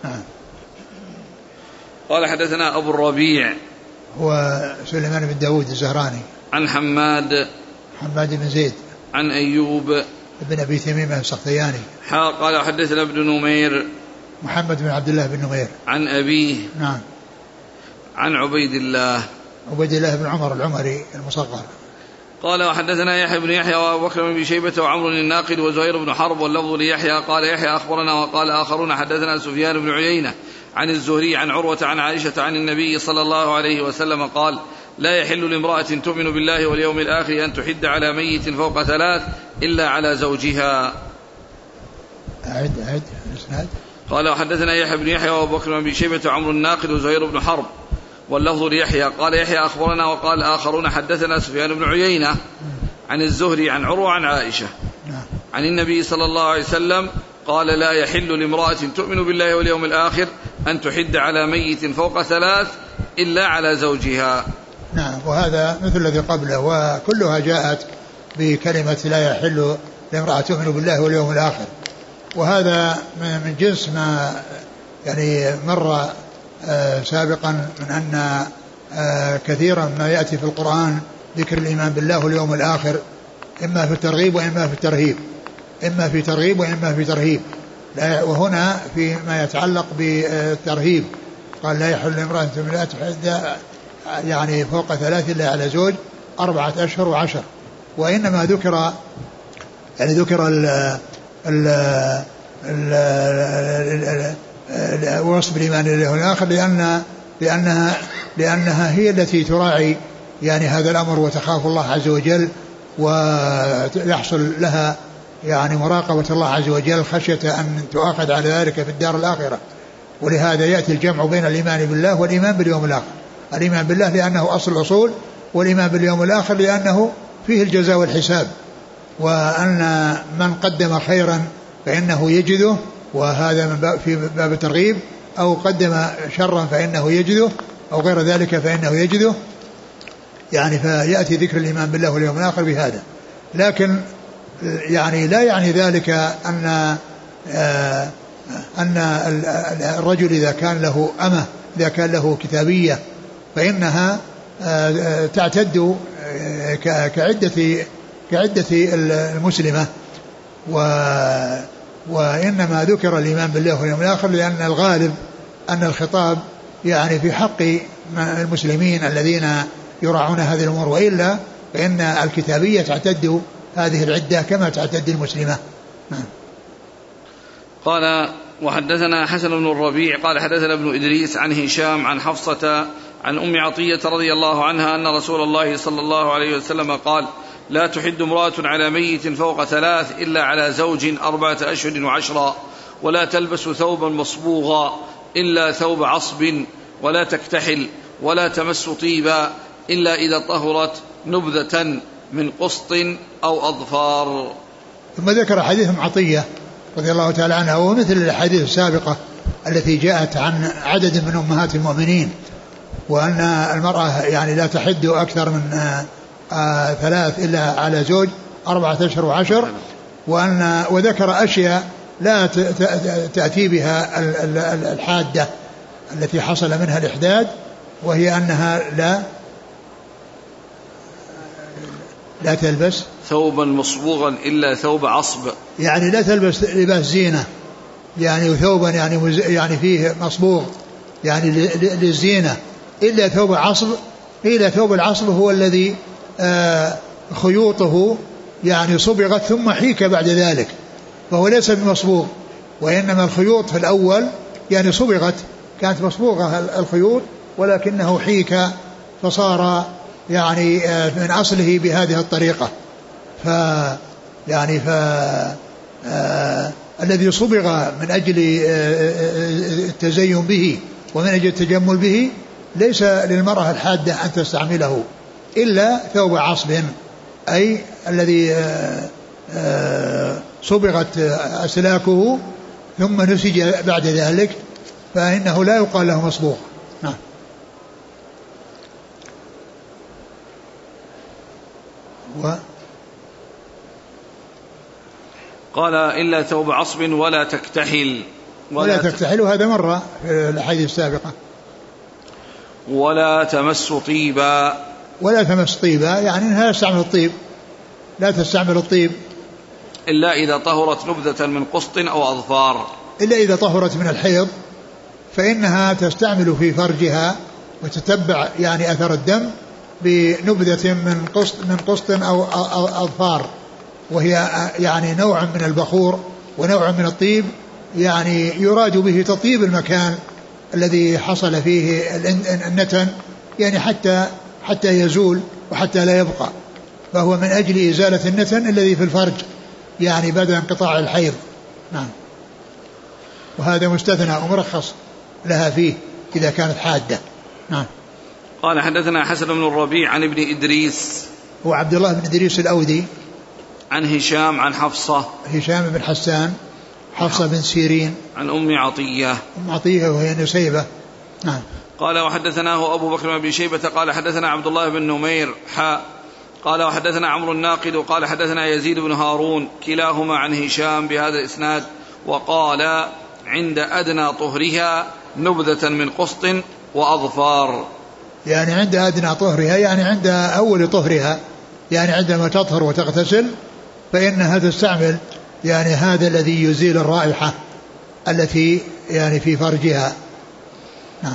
قال حدثنا أبو الربيع هو سليمان بن داود الزهراني عن حماد حماد بن زيد عن أيوب ابن أبي تميمة السختياني. قال حدثنا ابن نمير محمد بن عبد الله بن نمير عن أبيه نعم عن عبيد الله عبيد الله بن عمر العمري المصغر. قال وحدثنا يحيى بن يحيى وأبو بكر بن شيبة وعمر الناقد وزهير بن حرب واللفظ ليحيى قال يحيى أخبرنا وقال آخرون حدثنا سفيان بن عيينة عن الزهري عن عروة عن عائشة عن النبي صلى الله عليه وسلم قال لا يحل لامرأة تؤمن بالله واليوم الآخر أن تحد على ميت فوق ثلاث إلا على زوجها. أعد أعد الإسناد. قال وحدثنا يحيى بن يحيى وأبو بكر بن شيبة وعمر الناقد وزهير بن حرب واللفظ ليحيى قال يحيى أخبرنا وقال آخرون حدثنا سفيان بن عيينة عن الزهري عن عروة عن عائشة عن النبي صلى الله عليه وسلم قال لا يحل لامرأة تؤمن بالله واليوم الآخر أن تحد على ميت فوق ثلاث إلا على زوجها. نعم. وهذا مثل الذي قبله وكلها جاءت بكلمة لا يحل لامرأة تؤمن بالله واليوم الآخر، وهذا من جنس ما يعني مر آه سابقا من أن آه كثيرا ما يأتي في القرآن ذكر الإيمان بالله واليوم الآخر إما في الترغيب وإما في الترهيب إما في ترغيب وإما في ترهيب. وهنا فيما يتعلق بالترهيب قال لا يحل لامرأة تؤمن تحد يعني فوق ثلاث إلا على زوج أربعة أشهر وعشر. وإنما ذكر يعني ذكر ال ال ال وصف الإيمان بالله والآخر لأن لأنها لأنها هي التي تراعي يعني هذا الأمر وتخاف الله عز وجل ويحصل لها يعني مراقبة الله عز وجل خشية أن تؤاخذ على ذلك في الدار الآخرة. ولهذا يأتي الجمع بين الإيمان بالله والإيمان باليوم الآخر. الإيمان بالله لأنه أصل الأصول، والإيمان باليوم الآخر لأنه فيه الجزاء والحساب، وأن من قدم خيرا فإنه يجده، وهذا من باب في باب الترغيب، أو قدم شرا فإنه يجده، أو غير ذلك فإنه يجده. يعني فيأتي ذكر الإيمان بالله واليوم الآخر بهذا. لكن يعني لا يعني ذلك أن أن الرجل إذا كان له أمة إذا كان له كتابية فإنها تعتد كعدة كعدة المسلمة، وإنما ذكر الإيمان بالله واليوم الآخر لأن الغالب أن الخطاب يعني في حق المسلمين الذين يراعون هذه الأمور، وإلا فإن الكتابية تعتد هذه العدة كما تعتد المسلمة. قال وحدثنا حسن بن الربيع قال حدثنا ابن إدريس عن هشام عن حفصة عن أم عطية رضي الله عنها أن رسول الله صلى الله عليه وسلم قال لا تحد امرأة على ميت فوق ثلاث إلا على زوج أربعة أشهر وعشرا، ولا تلبس ثوبا مصبوغا إلا ثوب عصب، ولا تكتحل، ولا تمس طيبا إلا إذا طهرت نبذة من قسط أو أظفار. ثم ذكر حديث ام عطية رضي الله تعالى عنها، ومثل الحديث السابقة التي جاءت عن عدد من أمهات المؤمنين، وأن المرأة يعني لا تحد أكثر من آآ آآ ثلاث إلا على زوج أربعة أشهر وعشر، وأن وذكر أشياء لا تأتي بها الحادة التي حصل منها الإحداد، وهي أنها لا لا تلبس ثوبا مصبوغا إلا ثوب عصب، يعني لا تلبس لباس زينة، يعني ثوبا يعني يعني فيه مصبوغ يعني للزينة إلا ثوب عصب. إلا ثوب العصب هو الذي آه خيوطه يعني صبغت ثم حيك بعد ذلك، فهو ليس بمصبوغ، وإنما الخيوط في الأول يعني صبغت، كانت مصبوغة الخيوط ولكنه حيك فصار يعني من أصله بهذه الطريقة. ف يعني ف آه الذي صبغ من أجل التزين به ومن أجل التجمل به ليس للمرأة الحادة أن تستعمله إلا ثوب عصب، أي الذي آه آه صبغت أسلاكه ثم نسج بعد ذلك، فإنه لا يقال له مصبوغ. نعم. و قال إلا ثوب عصب ولا تكتحل ولا, ولا تكتحل، وهذا مرة في الأحاديث السابقة. ولا تمس طيبا ولا تمس طيبا يعني أنها لا تستعمل الطيب، لا تستعمل الطيب إلا إذا طهرت نبذة من قسط أو أظفار، إلا إذا طهرت من الحيض فإنها تستعمل في فرجها وتتبع يعني أثر الدم بنبذة من قسط من قسط أو أظفار، وهي يعني نوع من البخور ونوع من الطيب، يعني يراد به تطيب المكان الذي حصل فيه النتن، يعني حتى حتى يزول وحتى لا يبقى، فهو من أجل إزالة النتن الذي في الفرج يعني بعد انقطاع الحيض. نعم. وهذا مستثنى ومرخص لها فيه إذا كانت حادة. نعم. قال حدثنا حسن بن الربيع عن ابن إدريس، هو عبد الله بن إدريس الأودي، عن هشام عن حفصة، هشام بن حسان، حفصة بن سيرين، عن أم عطية، أم عطية وهي نسيبة. نعم. قال وحدثناه أبو بكر بن أبي شيبة قال حدثنا عبد الله بن نمير حاء قال وحدثنا عمرو الناقد قال حدثنا يزيد بن هارون كلاهما عن هشام بهذا الإسناد، وقال عند أدنى طهرها نبذة من قسط وأظفار، يعني عند أدنى طهرها يعني عند أول طهرها، يعني عندما تطهر وتغتسل فإنها تستعمل يعني هذا الذي يزيل الرائحة التي يعني في فرجها. نعم.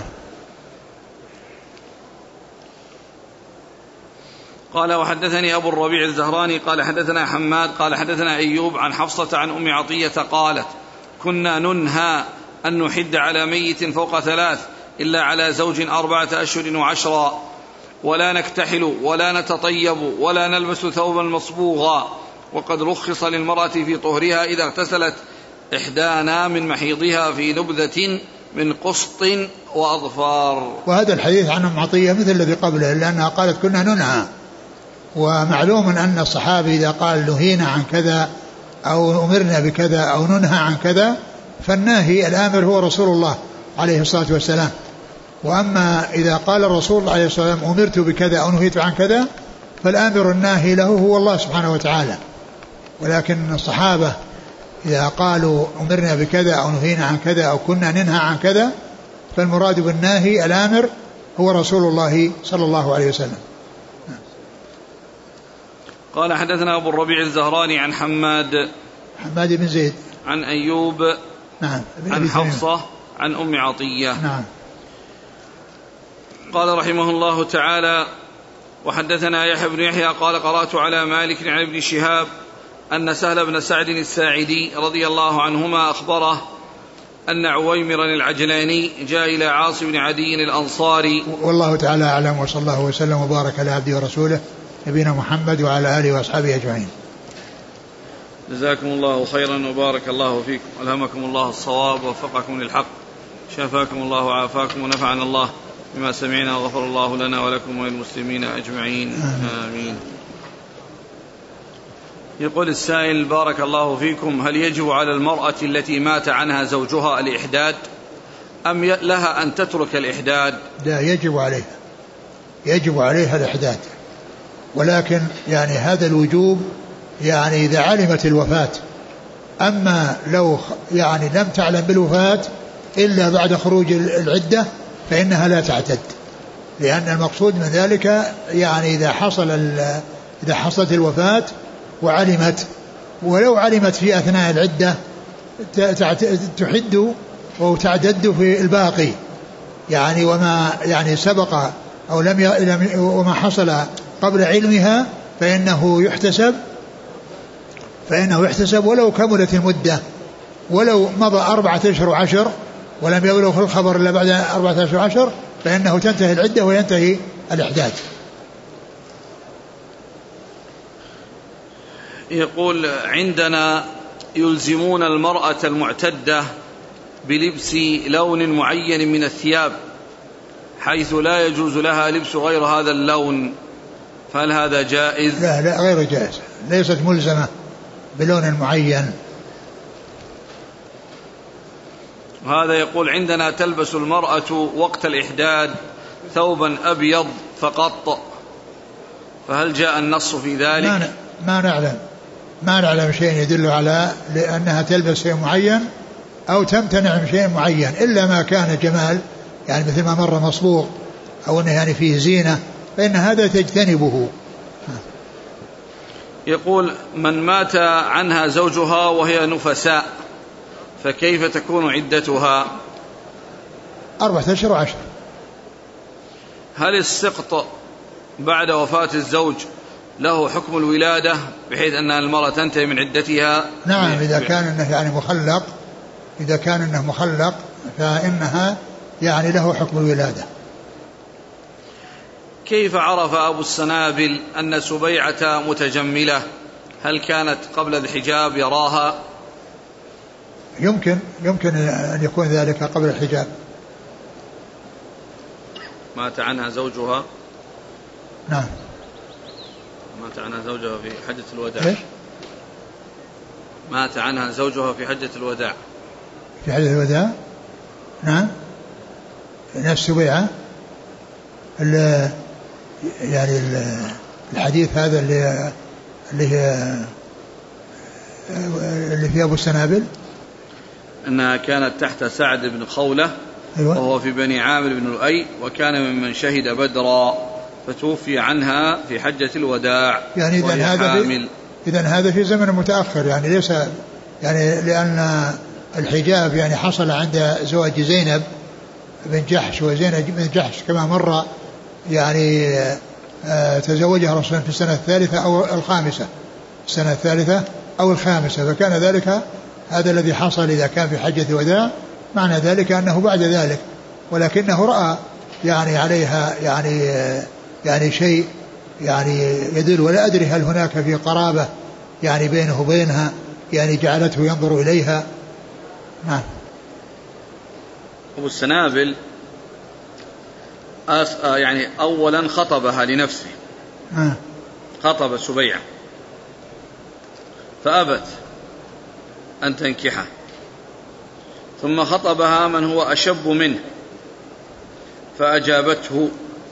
قال وحدثني أبو الربيع الزهراني قال حدثنا حماد قال حدثنا أيوب عن حفصة عن أم عطية قالت كنا ننهى أن نحد على ميت فوق ثلاث إلا على زوج أربعة أشهر وعشرا، ولا نكتحل ولا نتطيب ولا نلبس ثوبا مصبوغا، وقد رخص للمرأة في طهرها إذا اغتسلت إحدانا من محيضها في نبذة من قسط وأظفار. وهذا الحديث عن أم عطية مثل الذي قبله، لأنها قالت كنا ننهى، ومعلوم أن الصحابي إذا قال نهينا عن كذا أو أمرنا بكذا أو ننهى عن كذا فالناهي الآمر هو رسول الله عليه الصلاة والسلام، وأما إذا قال الرسول عليه الصلاة والسلام أمرت بكذا أو نهيت عن كذا فالآمر الناهي له هو الله سبحانه وتعالى. ولكن الصحابة إذا قالوا أمرنا بكذا أو نهينا عن كذا أو كنا ننهى عن كذا فالمراد بالناهي الآمر هو رسول الله صلى الله عليه وسلم. قال حدثنا أبو الربيع الزهراني عن حماد حماد بن زيد عن أيوب نعم عن حفصة عن أم عطية. نعم. قال رحمه الله تعالى وحدثنا يحيى بن يحيى قال قرأت على مالك عن ابن شهاب أن سهل بن سعد الساعدي رضي الله عنهما أخبره أن عويمرا العجلاني جاء إلى عاصم بن عدي الأنصاري. والله تعالى أعلم، وصلى الله وسلم وبارك على عبده ورسوله نبينا محمد وعلى آله وأصحابه أجمعين. جزاكم الله خيرا وبارك الله فيكم، ألهمكم الله الصواب ووفقكم للحق، شفاكم الله وعافاكم ونفعنا الله بما سمعنا وغفر الله لنا ولكم وللمسلمين أجمعين آمين. يقول السائل بارك الله فيكم، هل يجب على المرأة التي مات عنها زوجها الإحداد أم لها أن تترك الإحداد؟ لا، يجب عليها، يجب عليها الإحداد، ولكن يعني هذا الوجوب يعني إذا علمت الوفاة. أما لو يعني لم تعلم بالوفاة إلا بعد خروج العدة فإنها لا تعتد، لأن المقصود من ذلك يعني إذا حصل إذا حصلت الوفاة وعلمت، ولو علمت في أثناء العدة تحد وتعتد في الباقي، يعني وما يعني سبق أو لم وما حصل قبل علمها فإنه يحتسب فإنه يحتسب ولو كملت المدة، ولو مضى أربعة أشهر وعشر ولم يبلغ الخبر إلا بعد أربعة أشهر وعشر فإنه تنتهي العدة وينتهي الإحداث. يقول عندنا يلزمون المرأة المعتدة بلبس لون معين من الثياب حيث لا يجوز لها لبس غير هذا اللون، فهل هذا جائز؟ لا لا غير جائز، ليست ملزمة بلون معين. هذا يقول عندنا تلبس المرأة وقت الإحداد ثوبا أبيض فقط، فهل جاء النص في ذلك؟ ما, ما نعلم ما نعلم شيء يدل على لأنها تلبس شيء معين أو تمتنع من شيء معين، إلا ما كان جمال، يعني مثل ما مر مصبوغ أو أنه يعني فيه زينة، فإن هذا تجتنبه. يقول من مات عنها زوجها وهي نفساء فكيف تكون عدتها؟ أربعة أشهر وعشر. هل السقط بعد وفاة الزوج له حكم الولادة بحيث أن المرأة تنتهي من عدتها؟ نعم إذا كان إنه يعني مخلق، إذا كان إنه مخلق فإنها يعني له حكم الولادة. كيف عرف أبو السنابل أن سبيعة متجملة؟ هل كانت قبل الحجاب يراها؟ يمكن يمكن أن يكون ذلك قبل الحجاب. مات عنها زوجها. نعم مات عنها زوجها في حجة الوداع. إيه؟ مات عنها زوجها في حجة الوداع. في حجة الوداع نعم. نفس سبيعة يعني الحديث هذا اللي اللي هي اللي في أبو السنابل أنها كانت تحت سعد بن خولة. أيوة. وهو في بني عامر بن لؤي وكان ممن شهد بدرا فتوفي عنها في حجة الوداع. يعني إذن هذا في إذن هذا في زمن متأخر، يعني ليس يعني لأن الحجاب يعني حصل عند زواج زينب بن جحش، وزينب بن جحش كما مر يعني تزوجها رسول الله في السنة الثالثة أو الخامسة، السنة الثالثة أو الخامسة، فكان ذلك هذا الذي حصل إذا كان في حجة الوداع، معنى ذلك أنه بعد ذلك، ولكنه رأى يعني عليها يعني يعني شيء يعني يدل، ولا أدري هل هناك في قرابة يعني بينه وبينها يعني جعلته ينظر إليها. نعم. أبو السنابل يعني أولا خطبها لنفسه. آه. خطب سبيعة فأبت أن تنكحه، ثم خطبها من هو أشب منه فأجابته،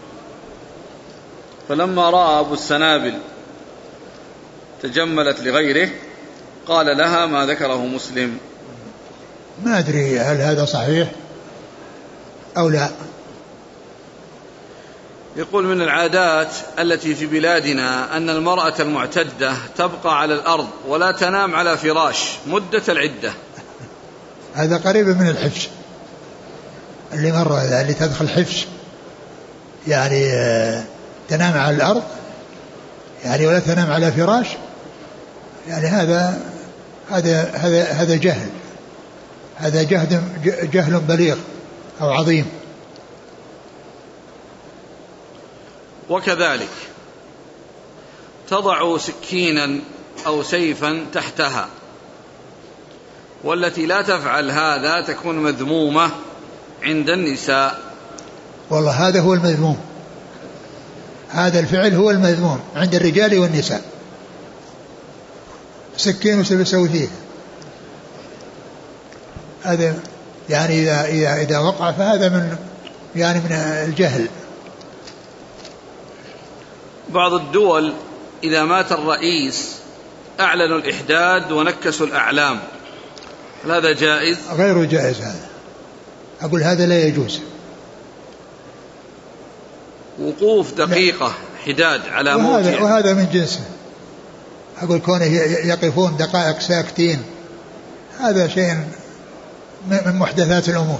فلما رأى أبو السنابل تجملت لغيره قال لها ما ذكره مسلم. ما أدري هل هذا صحيح أو لا. يقول من العادات التي في بلادنا أن المرأة المعتدة تبقى على الأرض ولا تنام على فراش مدة العدة. هذا قريب من الحفش اللي مرة اللي تدخل حفش، يعني تنام على الأرض يعني ولا تنام على فراش، يعني هذا هذا هذا هذا جهل، هذا جهل جهل بليغ أو عظيم. وكذلك تضع سكينا أو سيفا تحتها، والتي لا تفعل هذا تكون مذمومة عند النساء. والله هذا هو المذموم، هذا الفعل هو المذموم عند الرجال والنساء. سكين وسيف فيه هذا يعني إذا, إذا, إذا وقع فهذا من يعني من الجهل. بعض الدول إذا مات الرئيس أعلنوا الإحداد ونكسوا الأعلام، هل هذا جائز؟ غير جائز هذا، أقول هذا لا يجوز. وقوف دقيقة لا. حداد على موت، وهذا, وهذا من جنسه، أقول كونه يقفون دقائق ساكتين هذا شيء من محدثات الأمور.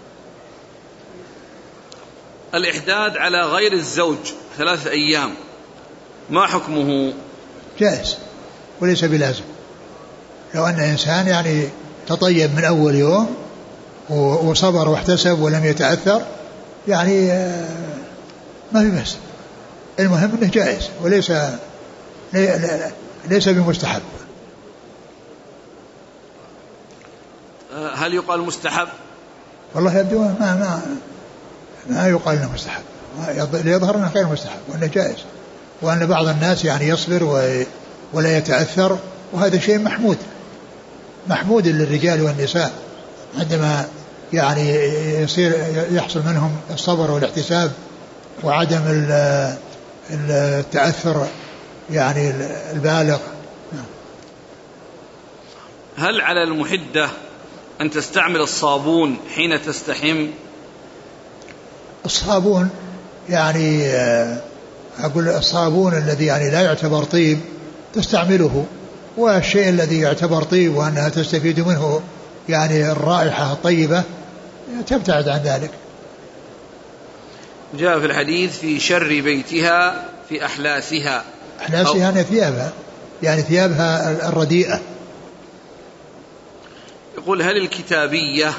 الإحداد على غير الزوج ثلاثة أيام ما حكمه؟ جائز وليس بلازم. لو أن إنسان يعني تطيب من أول يوم وصبر واحتسب ولم يتأثر يعني ما في بس، المهم أنه جائز وليس ليس بمستحب. هل يقال مستحب؟ والله يبدو ما ما ما يقال انه مستحب، يظهر انه غير مستحب وانه جائز، وان بعض الناس يعني يصبر ولا يتاثر، وهذا شيء محمود محمود للرجال والنساء عندما يعني يصير يحصل منهم الصبر والاحتساب وعدم التاثر يعني البالغ. هل على المحدة أن تستعمل الصابون حين تستحم؟ الصابون يعني أقول الصابون الذي يعني لا يعتبر طيب تستعمله، والشيء الذي يعتبر طيب وأنها تستفيد منه يعني الرائحة الطيبة تبتعد عن ذلك. جاء في الحديث في شر بيتها في أحلاسها. أحلاسها يعني ثيابها، يعني ثيابها الرديئة. يقول هل الكتابية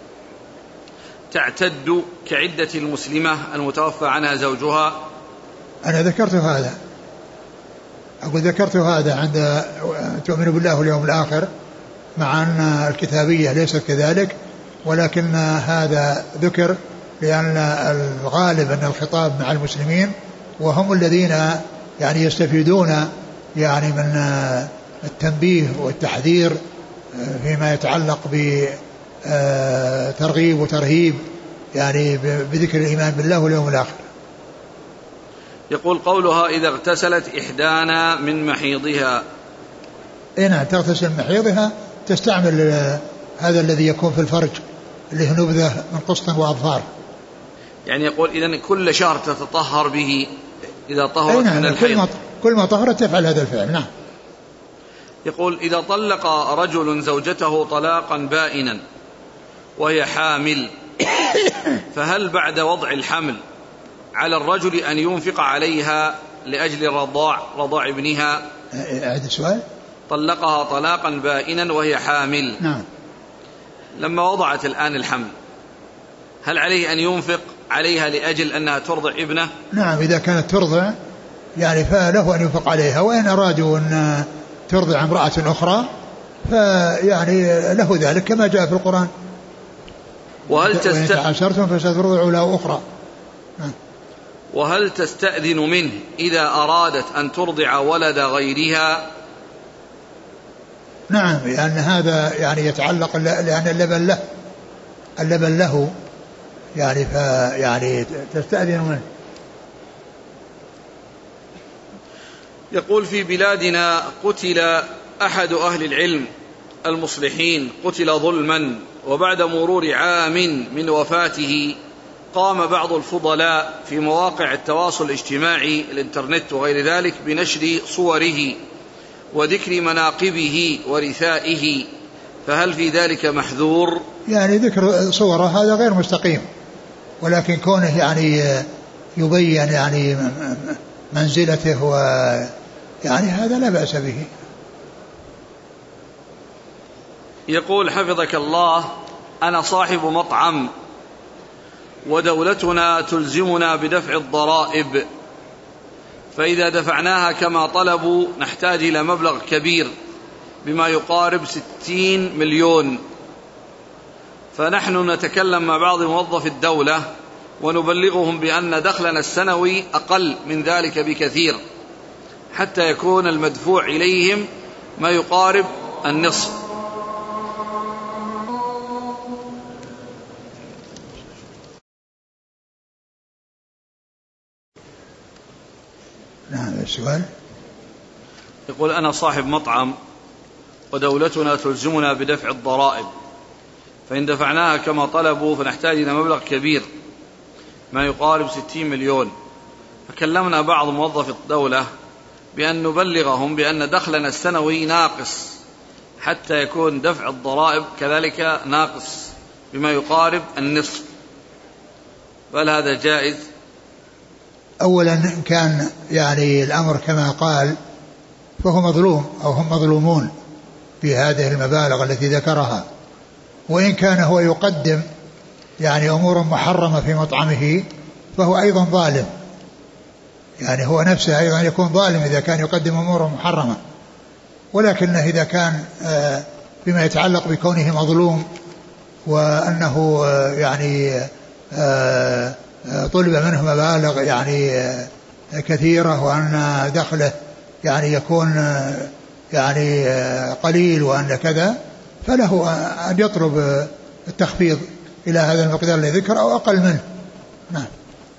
تعتد كعدة المسلمة المتوفى عنها زوجها؟ أنا ذكرت هذا، أقول ذكرت هذا عند تؤمن بالله واليوم الآخر، مع أن الكتابية ليست كذلك، ولكن هذا ذكر لأن الغالب أن الخطاب مع المسلمين، وهم الذين يعني يستفيدون يعني من التنبيه والتحذير فيما يتعلق بترغيب وترهيب يعني بذكر الإيمان بالله واليوم الآخر. يقول قولها إذا اغتسلت إحدانا من محيضها. إيه نعم، تغتسل من محيضها، تستعمل هذا الذي يكون في الفرج اللي هو نبذة من قسط وأظفار. يعني يقول إذن كل شهر تتطهر به إذا طهرت نعم من الحيض. كل ما, كل ما طهرت تفعل هذا الفعل. نعم. يقول إذا طلق رجل زوجته طلاقا بائنا وهي حامل فهل بعد وضع الحمل على الرجل أن ينفق عليها لأجل رضاع رضاع ابنها؟ أعد السؤال. طلقها طلاقا بائنا وهي حامل. نعم. لما وضعت الآن الحمل هل عليه أن ينفق عليها لأجل أنها ترضع ابنه؟ نعم، إذا كانت ترضع يعني فله أن ينفق عليها، وإن أرادوا أن ترضع امرأة أخرى فيعني له ذلك كما جاء في القرآن. وهل تست... تعاشرتم فسترضع له أخرى. وهل تستأذن منه إذا أرادت أن ترضع ولد غيرها؟ نعم، لأن هذا يعني يتعلق، لأن اللبن له اللبن له يعني فيعني تستأذن منه. يقول في بلادنا قتل أحد أهل العلم المصلحين، قتل ظلما، وبعد مرور عام من وفاته قام بعض الفضلاء في مواقع التواصل الاجتماعي الانترنت وغير ذلك بنشر صوره وذكر مناقبه ورثائه، فهل في ذلك محذور؟ يعني ذكر صوره هذا غير مستقيم، ولكن كونه يعني يبين يعني منزلته ويعني هذا لا بأس به. يقول حفظك الله أنا صاحب مطعم ودولتنا تلزمنا بدفع الضرائب، فإذا دفعناها كما طلبوا نحتاج إلى مبلغ كبير بما يقارب ستين مليون، فنحن نتكلم مع بعض موظفي الدولة ونبلغهم بأن دخلنا السنوي أقل من ذلك بكثير حتى يكون المدفوع إليهم ما يقارب النصف. نعم السؤال. يقول أنا صاحب مطعم ودولتنا تلزمنا بدفع الضرائب، فإن دفعناها كما طلبوا فنحتاج إلى مبلغ كبير ما يقارب ستين مليون، فكلمنا بعض موظفي الدولة بأن نبلغهم بأن دخلنا السنوي ناقص حتى يكون دفع الضرائب كذلك ناقص بما يقارب النصف، فهل هذا جائز؟ أولا إن كان يعني الأمر كما قال فهو مظلوم أو هم مظلومون في هذه المبالغ التي ذكرها، وإن كان هو يقدم يعني أمور محرمة في مطعمه فهو أيضا ظالم، يعني هو نفسه أيضا يكون ظالم إذا كان يقدم أمور محرمة. ولكنه إذا كان بما يتعلق بكونه مظلوم وأنه يعني طلب منه مبالغ يعني كثيرة وأن دخله يعني يكون يعني قليل وأن كذا، فله أن يطلب التخفيض إلى هذا المقدار الذي ذكر أو أقل منه. نعم.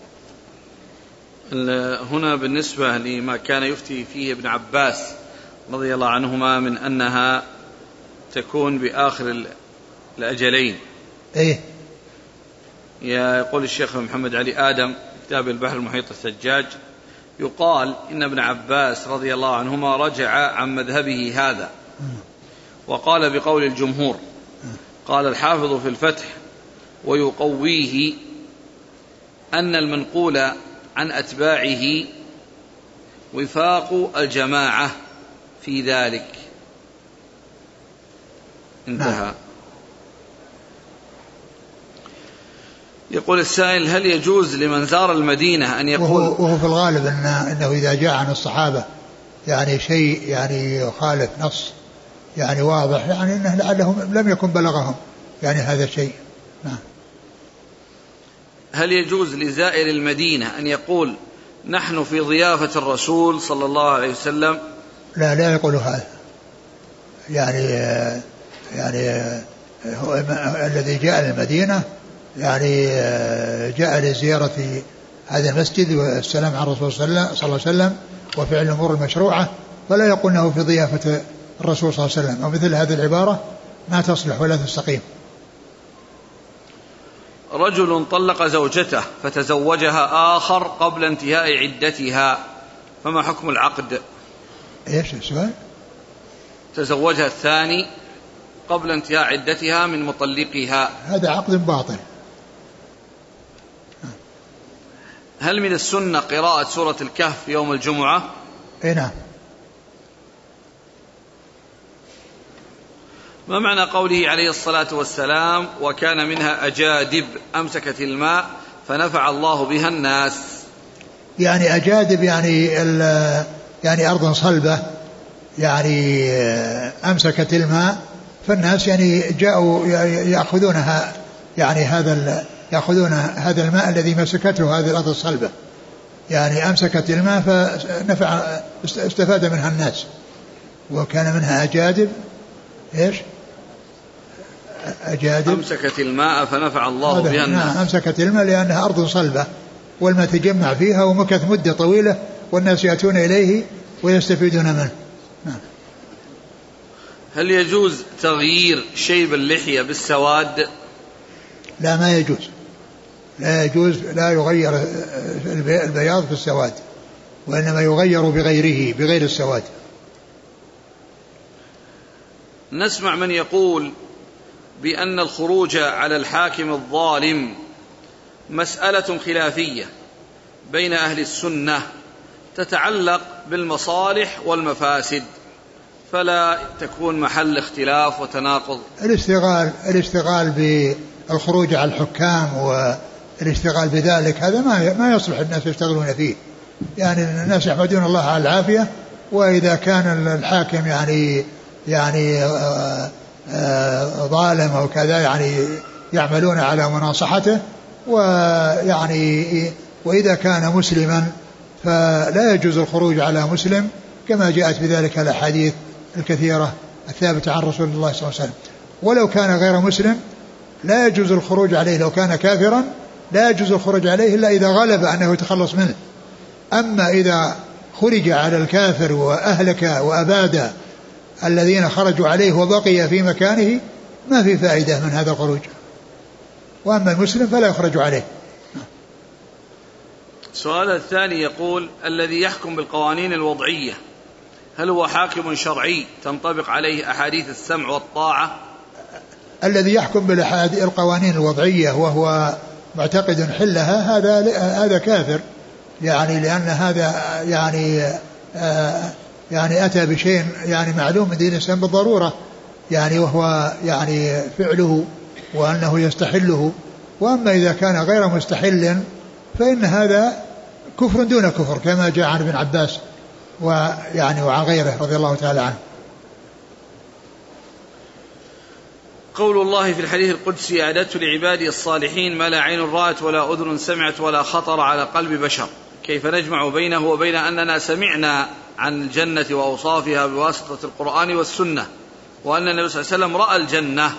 هنا بالنسبة لما كان يفتي فيه ابن عباس رضي الله عنهما من أنها تكون بآخر الأجلين. إيه؟ يقول الشيخ محمد علي آدم كتاب البحر المحيط الثجاج، يقال إن ابن عباس رضي الله عنهما رجع عن مذهبه هذا وقال بقول الجمهور. قال الحافظ في الفتح ويقويه أن المنقول عن أتباعه وفاق الجماعة في ذلك. انتهى. يقول السائل: هل يجوز لمن زار المدينة أن يقول، وهو, وهو في الغالب إن أنه إذا جاء عن الصحابة يعني شيء يعني يخالف نص يعني واضح يعني أنه لعلهم لم يكن بلغهم يعني هذا الشيء. نعم. هل يجوز لزائر المدينة أن يقول نحن في ضيافة الرسول صلى الله عليه وسلم؟ لا لا يقول هذا، يعني يعني هو الذي جاء للمدينة يعني جاء لزيارة هذا المسجد والسلام على الرسول صلى الله عليه وسلم وفعل الأمور المشروعة، فلا يقول أنه في ضيافة الرسول صلى الله عليه وسلم، ومثل هذه العبارة ما تصلح ولا تستقيم. رجل طلق زوجته فتزوجها آخر قبل انتهاء عدتها، فما حكم العقد؟ ايش السؤال؟ تزوجها الثاني قبل انتهاء عدتها من مطلقها، هذا عقد باطل. هل من السنة قراءة سورة الكهف يوم الجمعة؟ اي نعم. ما معنى قوله عليه الصلاة والسلام وكان منها أجادب أمسكت الماء فنفع الله بها الناس؟ يعني أجادب يعني يعني أرض صلبة يعني أمسكت الماء، فالناس يعني جاءوا يأخذونها يعني هذا يأخذون هذا الماء الذي مسكته هذه الأرض الصلبة، يعني أمسكت الماء فنفع استفاد منها الناس. وكان منها أجادب ايش؟ أجادب أمسكت الماء فنفع الله بها الناس. نعم، أمسكت الماء لأنها أرض صلبة والماء تجمع فيها ومكث مدة طويلة والناس يأتون إليه ويستفيدون منه. نعم. هل يجوز تغيير شيب اللحية بالسواد؟ لا، ما يجوز، لا يجوز، لا يغير البياض بالسواد، وإنما يغير بغيره بغير السواد. نسمع من يقول بأن الخروج على الحاكم الظالم مسألة خلافية بين أهل السنة تتعلق بالمصالح والمفاسد، فلا تكون محل اختلاف وتناقض. الاشتغال الاشتغال بالخروج على الحكام والاشتغال بذلك هذا ما ما يصلح الناس يشتغلون فيه، يعني الناس يحمدون الله على العافية، وإذا كان الحاكم يعني يعني آآ آآ ظالم أو كذا يعني يعملون على مناصحته، ويعني وإذا كان مسلما فلا يجوز الخروج على مسلم كما جاءت بذلك الأحاديث الكثيرة الثابتة عن رسول الله صلى الله عليه وسلم. ولو كان غير مسلم لا يجوز الخروج عليه، لو كان كافرا لا يجوز الخروج عليه إلا إذا غلب أنه يتخلص منه. أما إذا خرج على الكافر وأهلك وأباد الذين خرجوا عليه وبقي في مكانه ما في فائدة من هذا الخروج، وأما المسلم فلا يخرج عليه. السؤال الثاني يقول: الذي يحكم بالقوانين الوضعية هل هو حاكم شرعي تنطبق عليه أحاديث السمع والطاعة؟ الذي يحكم بالقوانين الوضعية وهو معتقد حلها هذا هذا كافر، يعني لأن هذا يعني آه يعني أتى بشيء يعني معلوم من دين الإسلام بالضرورة، يعني وهو يعني فعله وأنه يستحله وأما إذا كان غير مستحل فإن هذا كفر دون كفر كما جاء عن ابن عباس ويعني وعن غيره رضي الله تعالى عنه. قول الله في الحديث القدسي: أعددت لعبادي الصالحين ما لا عين رأت ولا أذن سمعت ولا خطر على قلب بشر، كيف نجمع بينه وبين أننا سمعنا عن الجنة وأوصافها بواسطة القرآن والسنة، وأن النبي صلى الله عليه وسلم رأى الجنة؟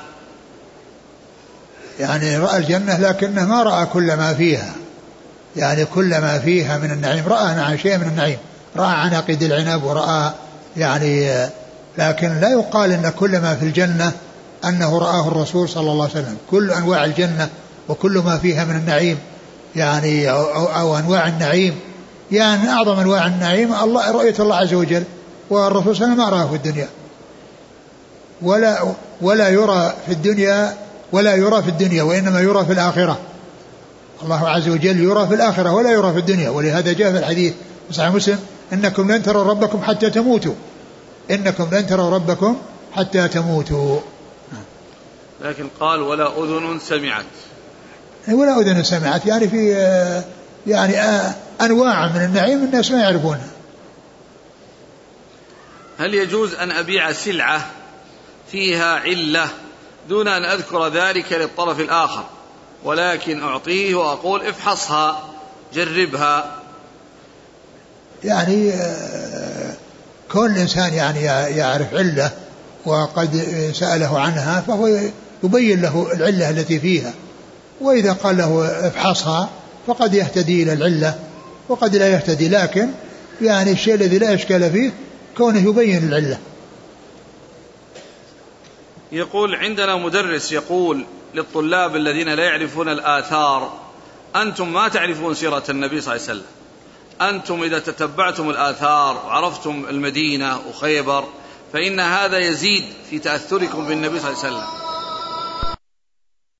يعني رأى الجنة لكنه ما رأى كل ما فيها، يعني كل ما فيها من النعيم، رأى نعم شيء من النعيم، رأى عناقيد العنب ورأى يعني، لكن لا يقال أن كل ما في الجنة أنه رآه الرسول صلى الله عليه وسلم. كل أنواع الجنة وكل ما فيها من النعيم يعني أو, أو, أو أنواع النعيم، يعني أعظم أنواع النعيم الله رؤية الله عز وجل، والرسول صلى الله عليه وسلم ما رآه في الدنيا ولا ولا يرى في الدنيا ولا يرى في الدنيا وإنما يرى في الآخرة. الله عز وجل يرى في الآخرة ولا يرى في الدنيا، ولهذا جاء في الحديث صحيح مسلم: إنكم لن تروا ربكم حتى تموتوا، إنكم لن تروا ربكم حتى تموتوا. لكن قال: ولا أذن سمعت، ولا أذن سمعت، يعني في يعني أنواع من النعيم الناس ما يعرفونها. هل يجوز أن أبيع سلعة فيها علة دون أن أذكر ذلك للطرف الآخر، ولكن أعطيه وأقول افحصها جربها؟ يعني كون الإنسان يعني يعرف علة وقد سأله عنها فهو يبين له العلة التي فيها، وإذا قال له افحصها فقد يهتدي إلى العلة وقد لا يهتدي، لكن يعني الشيء الذي لا إشكال فيه كونه يبين العلة. يقول: عندنا مدرس يقول للطلاب الذين لا يعرفون الآثار: أنتم ما تعرفون سيرة النبي صلى الله عليه وسلم، أنتم إذا تتبعتم الآثار وعرفتم المدينة وخيبر فإن هذا يزيد في تأثركم بالنبي صلى الله عليه وسلم.